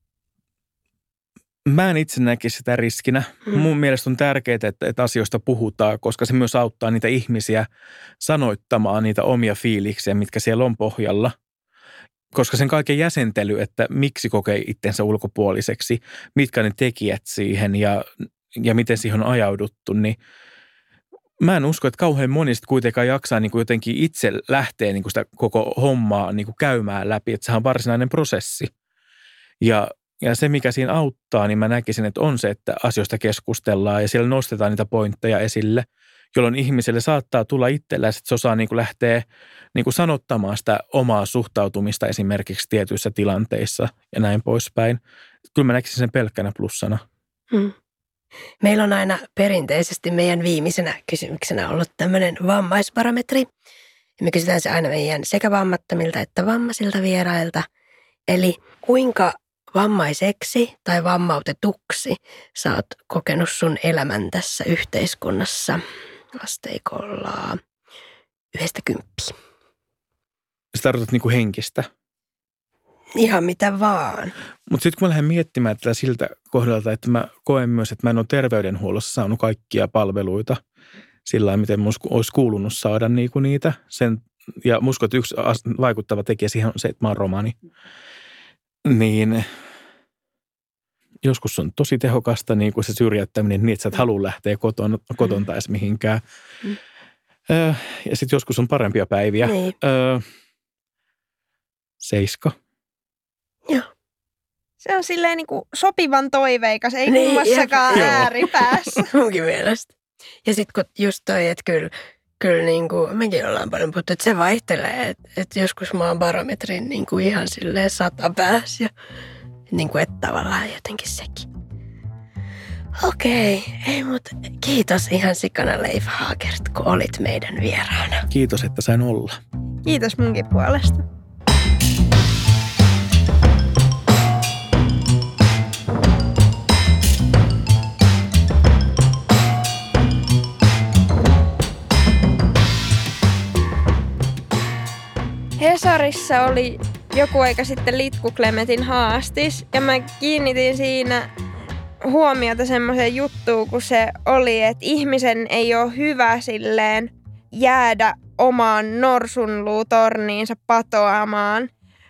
Mä en itse näkisi sitä riskinä. Mun mielestä on tärkeää, että asioista puhutaan, koska se myös auttaa niitä ihmisiä sanoittamaan niitä omia fiiliksiä, mitkä siellä on pohjalla. Koska sen kaiken jäsentely, että miksi kokee itsensä ulkopuoliseksi, mitkä ne tekijät siihen ja miten siihen on ajauduttu, niin mä en usko, että kauhean monista kuitenkaan jaksaa niin kuin jotenkin itse lähteä niin kuin sitä koko hommaa niin kuin käymään läpi, että sehän on varsinainen prosessi. Ja se, mikä siinä auttaa, niin mä näkisin, että on se, että asioista keskustellaan ja siellä nostetaan niitä pointteja esille, jolloin ihmiselle saattaa tulla itsellä, että se osaa niin kuin lähteä niin kuin sanottamaan sitä omaa suhtautumista esimerkiksi tietyissä tilanteissa ja näin poispäin. Kyllä mä näkisin sen pelkkänä plussana. Meillä on aina perinteisesti meidän viimeisenä kysymyksenä ollut tämmöinen vammaisparametri. Me kysytään se aina meidän sekä vammattomilta että vammaisilta vierailta. Eli kuinka vammaiseksi tai vammautetuksi sä oot kokenut sun elämän tässä yhteiskunnassa asteikolla 1–10? Se tarkoitat niin kuin henkistä. Ihan mitä vaan. Mutta sitten kun mä lähden miettimään tätä siltä kohdalta, että mä koen myös, että mä en ole terveydenhuollossa saanut kaikkia palveluita sillä lailla, miten musta olisi kuulunut saada niitä. Ja mä uskon, että yksi vaikuttava tekijä siihen on se, että mä oon romani. Niin joskus on tosi tehokasta niin kuin se syrjäyttäminen niin, että sä et halua lähteä kotonta edes mihinkään. Ja sitten joskus on parempia päiviä. Niin. 7. Joo. Se on silleen niin kuin sopivan toiveikas, ei Niin, kummassakaan jep. ääripäässä. Munkin mielestä. Ja sitten kun just toi, että kyllä niin kuin mekin ollaan paljon puhuttu, että se vaihtelee, että joskus mä oon barometrin niin kuin ihan silleen 100 päässä ja niin kuin että tavallaan jotenkin sekin. Okei, ei mut kiitos ihan sikana Leif Hagert, kun olit meidän vieraana. Kiitos, että sain olla. Kiitos munkin puolesta. Hesarissa oli joku aika sitten Litku Klemetin haastis ja mä kiinnitin siinä huomiota semmoiseen juttuun, kun se oli, että ihmisen ei ole hyvä silleen jäädä omaan norsunluutorniinsa patoamaan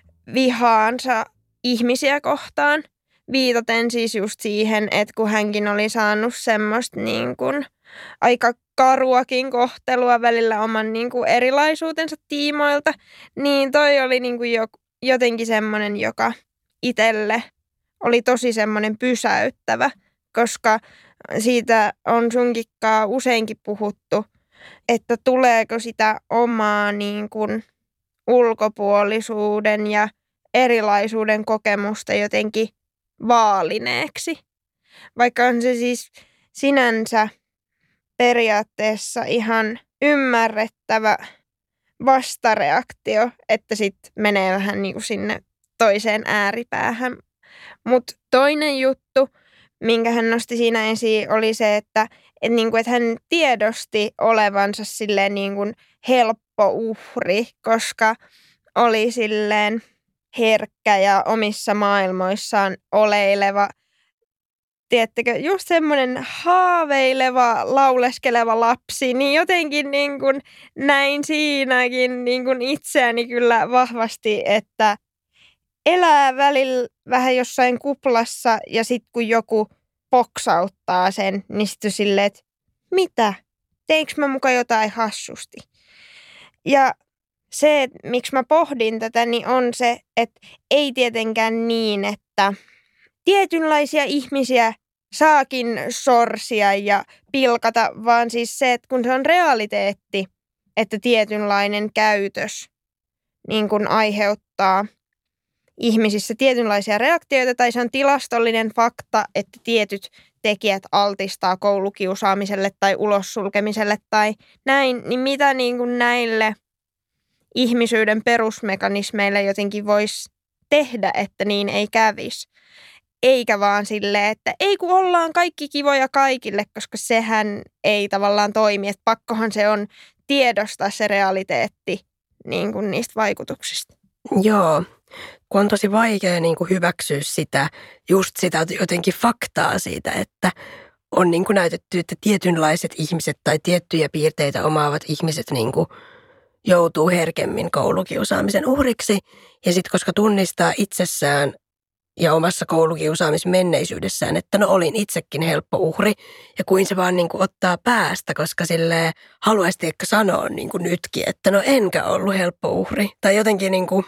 vihaansa ihmisiä kohtaan. Viitaten siis just siihen, että kun hänkin oli saanut semmoista niin kuin aika karuakin kohtelua välillä oman niin kuin erilaisuutensa tiimoilta, niin toi oli niin kuin jotenkin semmoinen, joka itselle oli tosi semmoinen pysäyttävä, koska siitä on sunkikkaa useinkin puhuttu, että tuleeko sitä omaa niin kuin ulkopuolisuuden ja erilaisuuden kokemusta jotenkin vaalineeksi. Vaikka on se siis sinänsä periaatteessa ihan ymmärrettävä vastareaktio, että sitten menee vähän niin kuin sinne toiseen ääripäähän. Mutta toinen juttu, minkä hän nosti siinä esiin, oli se, että hän tiedosti olevansa silleen niin kuin helppo uhri, koska oli silleen herkkä ja omissa maailmoissaan oleileva, tiedättekö, just semmoinen haaveileva, lauleskeleva lapsi, niin jotenkin niin kuin näin siinäkin niin kuin itseäni kyllä vahvasti, että elää välillä vähän jossain kuplassa ja sitten kun joku poksauttaa sen, niin sitten silleen, että mitä? Teinkö mä muka jotain hassusti? Ja se, että miksi mä pohdin tätä, niin on se, että ei tietenkään niin, että tietynlaisia ihmisiä saakin sorsia ja pilkata, vaan siis se, että kun se on realiteetti, että tietynlainen käytös niin kun aiheuttaa ihmisissä tietynlaisia reaktioita, tai se on tilastollinen fakta, että tietyt tekijät altistaa koulukiusaamiselle tai ulossulkemiselle tai näin, niin mitä niin kuin näille ihmisyyden perusmekanismeille jotenkin voisi tehdä, että niin ei kävisi. Eikä vaan silleen, että ei kun ollaan kaikki kivoja kaikille, koska sehän ei tavallaan toimi, että pakkohan se on tiedostaa se realiteetti niin kuin niistä vaikutuksista. Joo, kun on tosi vaikea niin kuin hyväksyä just sitä jotenkin faktaa siitä, että on niin kuin näytetty, että tietynlaiset ihmiset tai tiettyjä piirteitä omaavat ihmiset niin kuin joutuu herkemmin koulukiusaamisen uhriksi. Ja sitten koska tunnistaa itsessään ja omassa koulukiusaamismenneisyydessään, että no olin itsekin helppo uhri ja kuin se vaan niin kuin ottaa päästä, koska silleen haluaisi ehkä sanoa niin kuin nytkin, että no enkä ollut helppo uhri. Tai jotenkin niin kuin,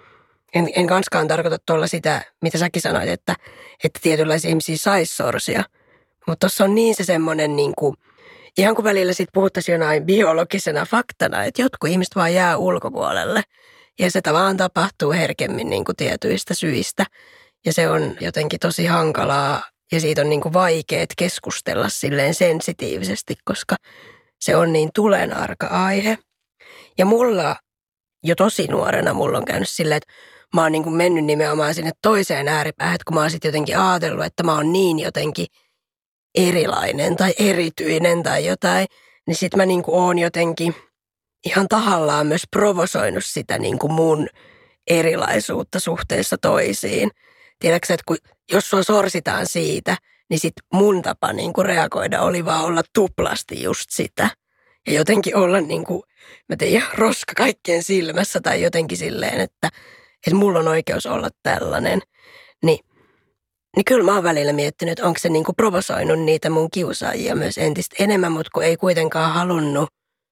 en kanskaan tarkoita tuolla sitä, mitä säkin sanoit, että tietynlaisia ihmisiä saisi sorsia. Mutta tuossa on niin se semmoinen niin kuin ihan kuin välillä sitten puhuttaisiin jonain biologisena faktana, että jotkut ihmiset vaan jää ulkopuolelle. Ja se tavallaan tapahtuu herkemmin niin kuin tietyistä syistä. Ja se on jotenkin tosi hankalaa ja siitä on niin kuin vaikeet keskustella silleen sensitiivisesti, koska se on niin tulenarka aihe. Ja mulla jo tosi nuorena mulla on käynyt silleen, että mä oon niin kuin mennyt nimenomaan sinne toiseen ääripäähän, että kun mä oon sitten jotenkin ajatellut, että mä oon niin jotenkin erilainen tai erityinen tai jotain, niin sit mä niin kuin oon jotenkin ihan tahallaan myös provosoinut sitä niin kuin mun erilaisuutta suhteessa toisiin. Tiedätkö, että jos sua sorsitaan siitä, niin sit mun tapa niin kuin reagoida oli vaan olla tuplasti just sitä. Ja jotenkin olla niin kuin, mä tein roska kaikkien silmässä tai jotenkin silleen, että mulla on oikeus olla tällainen. Niin kyllä mä oon välillä miettinyt, että onko se niin kuin provosoinut niitä mun kiusaajia myös entistä enemmän, mutta kun ei kuitenkaan halunnut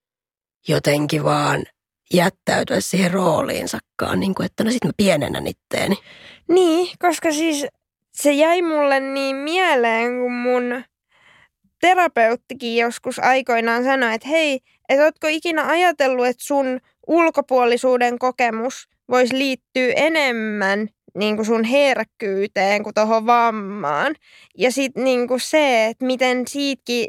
jotenkin vaan jättäytyä siihen rooliinsakaan, niin kuin, että no sit mä pienennän itteeni. Niin, koska siis se jäi mulle niin mieleen, kun mun terapeuttikin joskus aikoinaan sanoi, että hei, että ootko ikinä ajatellut, että sun ulkopuolisuuden kokemus voisi liittyä enemmän niin kuin sun herkkyyteen kuin tohon vammaan. Ja sitten niin kuin se, että miten siitäkin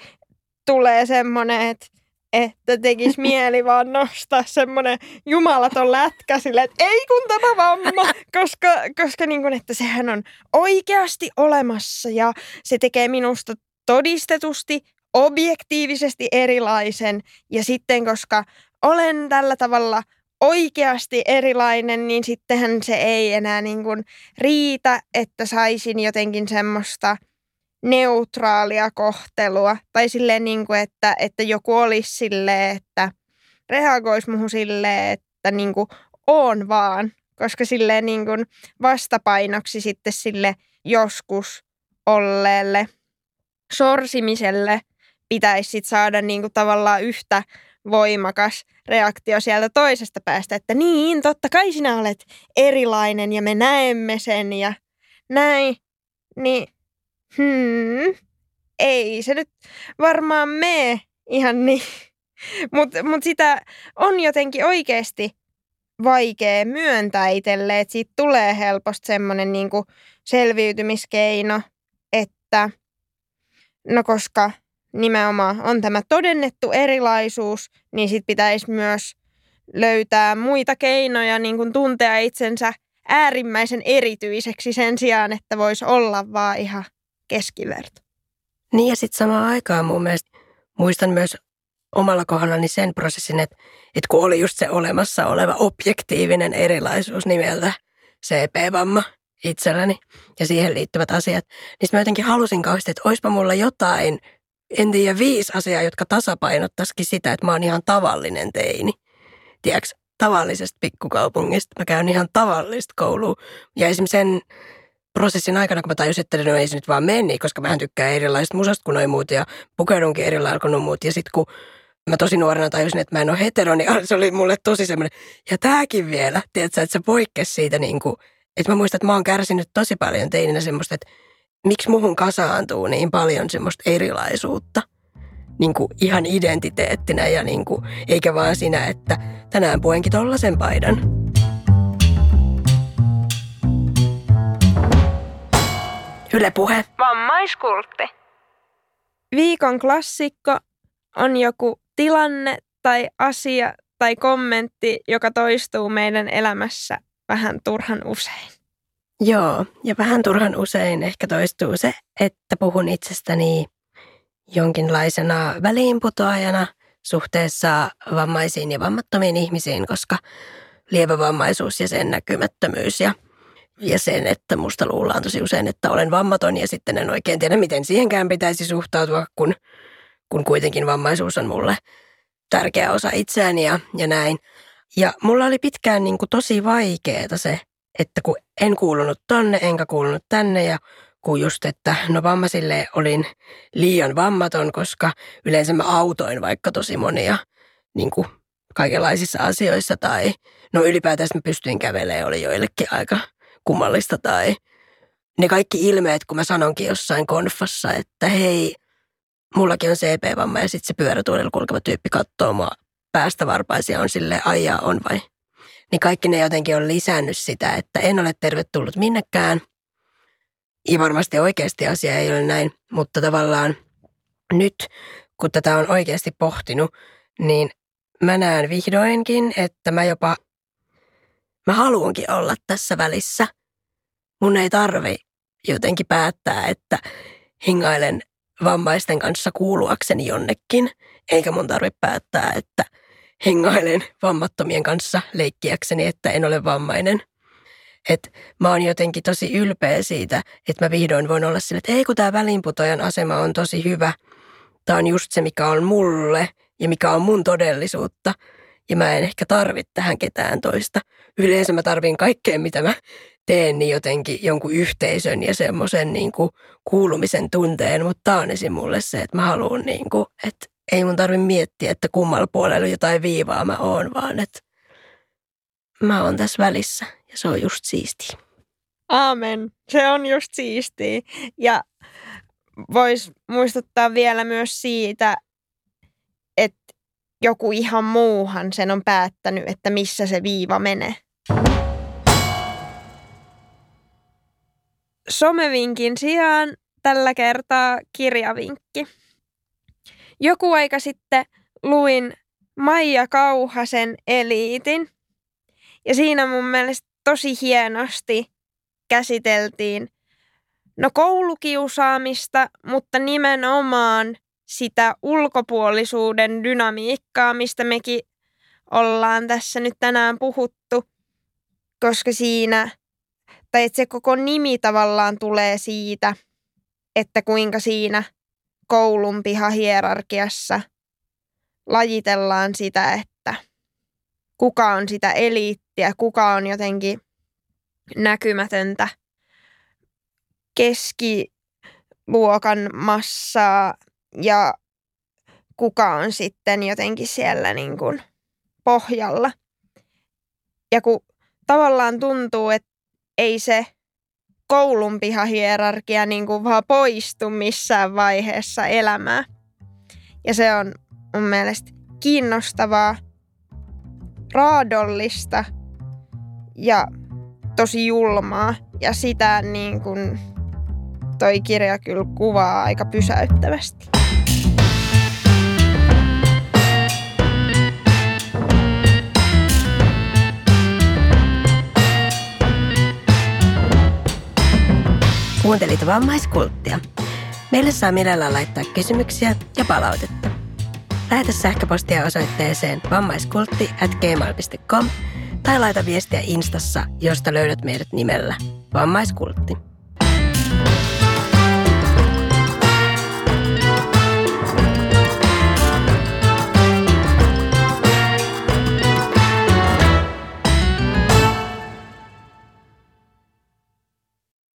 tulee semmoinen, että tekisi mieli vaan nostaa semmoinen jumalaton lätkä sille, että ei kun tämä vamma, koska niin kuin, että sehän on oikeasti olemassa ja se tekee minusta todistetusti, objektiivisesti erilaisen. Ja sitten, koska olen tällä tavalla oikeasti erilainen, niin sittenhän se ei enää niin kuin riitä, että saisin jotenkin semmoista neutraalia kohtelua. Tai silleen, niin kuin, että joku olisi silleen, että reagoisi muhun silleen, että niin kuin on vaan. Koska silleen niin kuin vastapainoksi sitten sille joskus olleelle sorsimiselle pitäisi sit saada niin kuin tavallaan yhtä voimakas reaktio sieltä toisesta päästä, että niin, totta kai sinä olet erilainen ja me näemme sen ja näin, niin ei se nyt varmaan mene ihan niin, mutta sitä on jotenkin oikeasti vaikea myöntää itselle, että siitä tulee helposti semmoinen niin kuin selviytymiskeino, että no koska nimenomaan on tämä todennettu erilaisuus, niin sit pitäisi myös löytää muita keinoja niin kuin tuntea itsensä äärimmäisen erityiseksi sen sijaan, että voisi olla vaan ihan keskiverto. Niin ja sitten samaan aikaan mun mielestä muistan myös omalla kohdallani sen prosessin, että kun oli just se olemassa oleva objektiivinen erilaisuus nimeltä CP-vamma itselläni ja siihen liittyvät asiat, niin mä jotenkin halusin kauheasti, että oispa mulla jotain, en tiedä 5 asiaa, jotka tasapainottaisikin sitä, että mä oon ihan tavallinen teini. Tiedätkö, tavallisesta pikkukaupungista. Mä käyn ihan tavallista koulua. Ja esimerkiksi sen prosessin aikana, kun mä tajusin, että no ei se nyt vaan meni, koska mähän tykkään erilaisista musasta kuin noi muut ja pukeudunkin eri lailla kuin noi muut. Ja sitten kun mä tosi nuorena tajusin, että mä en ole hetero, niin se oli mulle tosi semmoinen, ja tääkin vielä, tiedätkö, että se poikkesi siitä niin kuin, että mä muistan, että mä oon kärsinyt tosi paljon teininä semmoista, että miksi muhun kasaantuu niin paljon semmoista erilaisuutta, niin kuin ihan identiteettinä ja niin kuin, eikä vaan siinä, että tänään puenkin tollasen paidan. Yle Puhe. Vammaiskultti. Viikon klassikko on joku tilanne tai asia tai kommentti, joka toistuu meidän elämässä vähän turhan usein. Joo, ja vähän turhan usein ehkä toistuu se, että puhun itsestäni jonkinlaisena väliinputoajana suhteessa vammaisiin ja vammattomiin ihmisiin, koska lievä vammaisuus ja sen näkymättömyys ja sen, että musta luullaan tosi usein, että olen vammaton ja sitten en oikein tiedä, miten siihenkään pitäisi suhtautua, kun kuitenkin vammaisuus on mulle tärkeä osa itseäni ja näin. Ja mulla oli pitkään niin kuin tosi vaikeeta se, että kun en kuulunut tonne enkä kuulunut tänne ja kun just, että no vammaisille olin liian vammaton, koska yleensä mä autoin vaikka tosi monia niin kuin kaikenlaisissa asioissa tai no ylipäätään mä pystyin kävelemään, oli joillekin aika kummallista tai ne kaikki ilmeet, kun mä sanonkin jossain konfassa, että hei, mullakin on CP-vamma ja sitten se pyörätuolilla kulkeva tyyppi katsoo mua päästä varpaisia on silleen, aijaa on vai. Niin kaikki ne jotenkin on lisännyt sitä, että en ole tervetullut minnekään. Ja varmasti oikeasti asia ei ole näin, mutta tavallaan nyt, kun tätä on oikeasti pohtinut, niin mä näen vihdoinkin, että mä haluankin olla tässä välissä. Mun ei tarvi jotenkin päättää, että hengailen vammaisten kanssa kuuluakseni jonnekin, eikä mun tarvitse päättää, että hengailen vammattomien kanssa leikkiäkseni, että en ole vammainen. Että mä oon jotenkin tosi ylpeä siitä, että mä vihdoin voin olla sille, että ei kun tää väliinputoajan asema on tosi hyvä. Tää on just se, mikä on mulle ja mikä on mun todellisuutta. Ja mä en ehkä tarvitse tähän ketään toista. Yleensä mä tarvin kaikkeen, mitä mä teen, niin jotenkin jonkun yhteisön ja semmoisen niin kuin kuulumisen tunteen. Mutta tää on esim. Mulle se, että mä haluan, niin kuin, että ei mun tarvitse miettiä, että kummalla puolella jotain viivaa mä oon, vaan että mä oon tässä välissä ja se on just siistiä. Aamen. Se on just siistiä. Ja vois muistuttaa vielä myös siitä, että joku ihan muuhan sen on päättänyt, että missä se viiva menee. Somevinkin sijaan tällä kertaa kirjavinkki. Joku aika sitten luin Maija Kauhasen Eliitin. Ja siinä mun mielestä tosi hienosti käsiteltiin koulukiusaamista, mutta nimenomaan sitä ulkopuolisuuden dynamiikkaa, mistä mekin ollaan tässä nyt tänään puhuttu, koska että se koko nimi tavallaan tulee siitä, että kuinka siinä koulun pihahierarkiassa lajitellaan sitä, että kuka on sitä eliittiä, kuka on jotenkin näkymätöntä keskiluokan massaa ja kuka on sitten jotenkin siellä niin kuin pohjalla. Ja kun tavallaan tuntuu, että ei se koulun pihahierarkia niin kuin vaan poistu missään vaiheessa elämää. Ja se on mun mielestä kiinnostavaa, raadollista ja tosi julmaa. Ja sitä niin kuin toi kirja kyllä kuvaa aika pysäyttävästi. Kuuntelit Vammaiskulttia. Meille saa mielellään laittaa kysymyksiä ja palautetta. Lähetä sähköpostia osoitteeseen vammaiskultti@gmail.com tai laita viestiä Instassa, josta löydät meidät nimellä Vammaiskultti.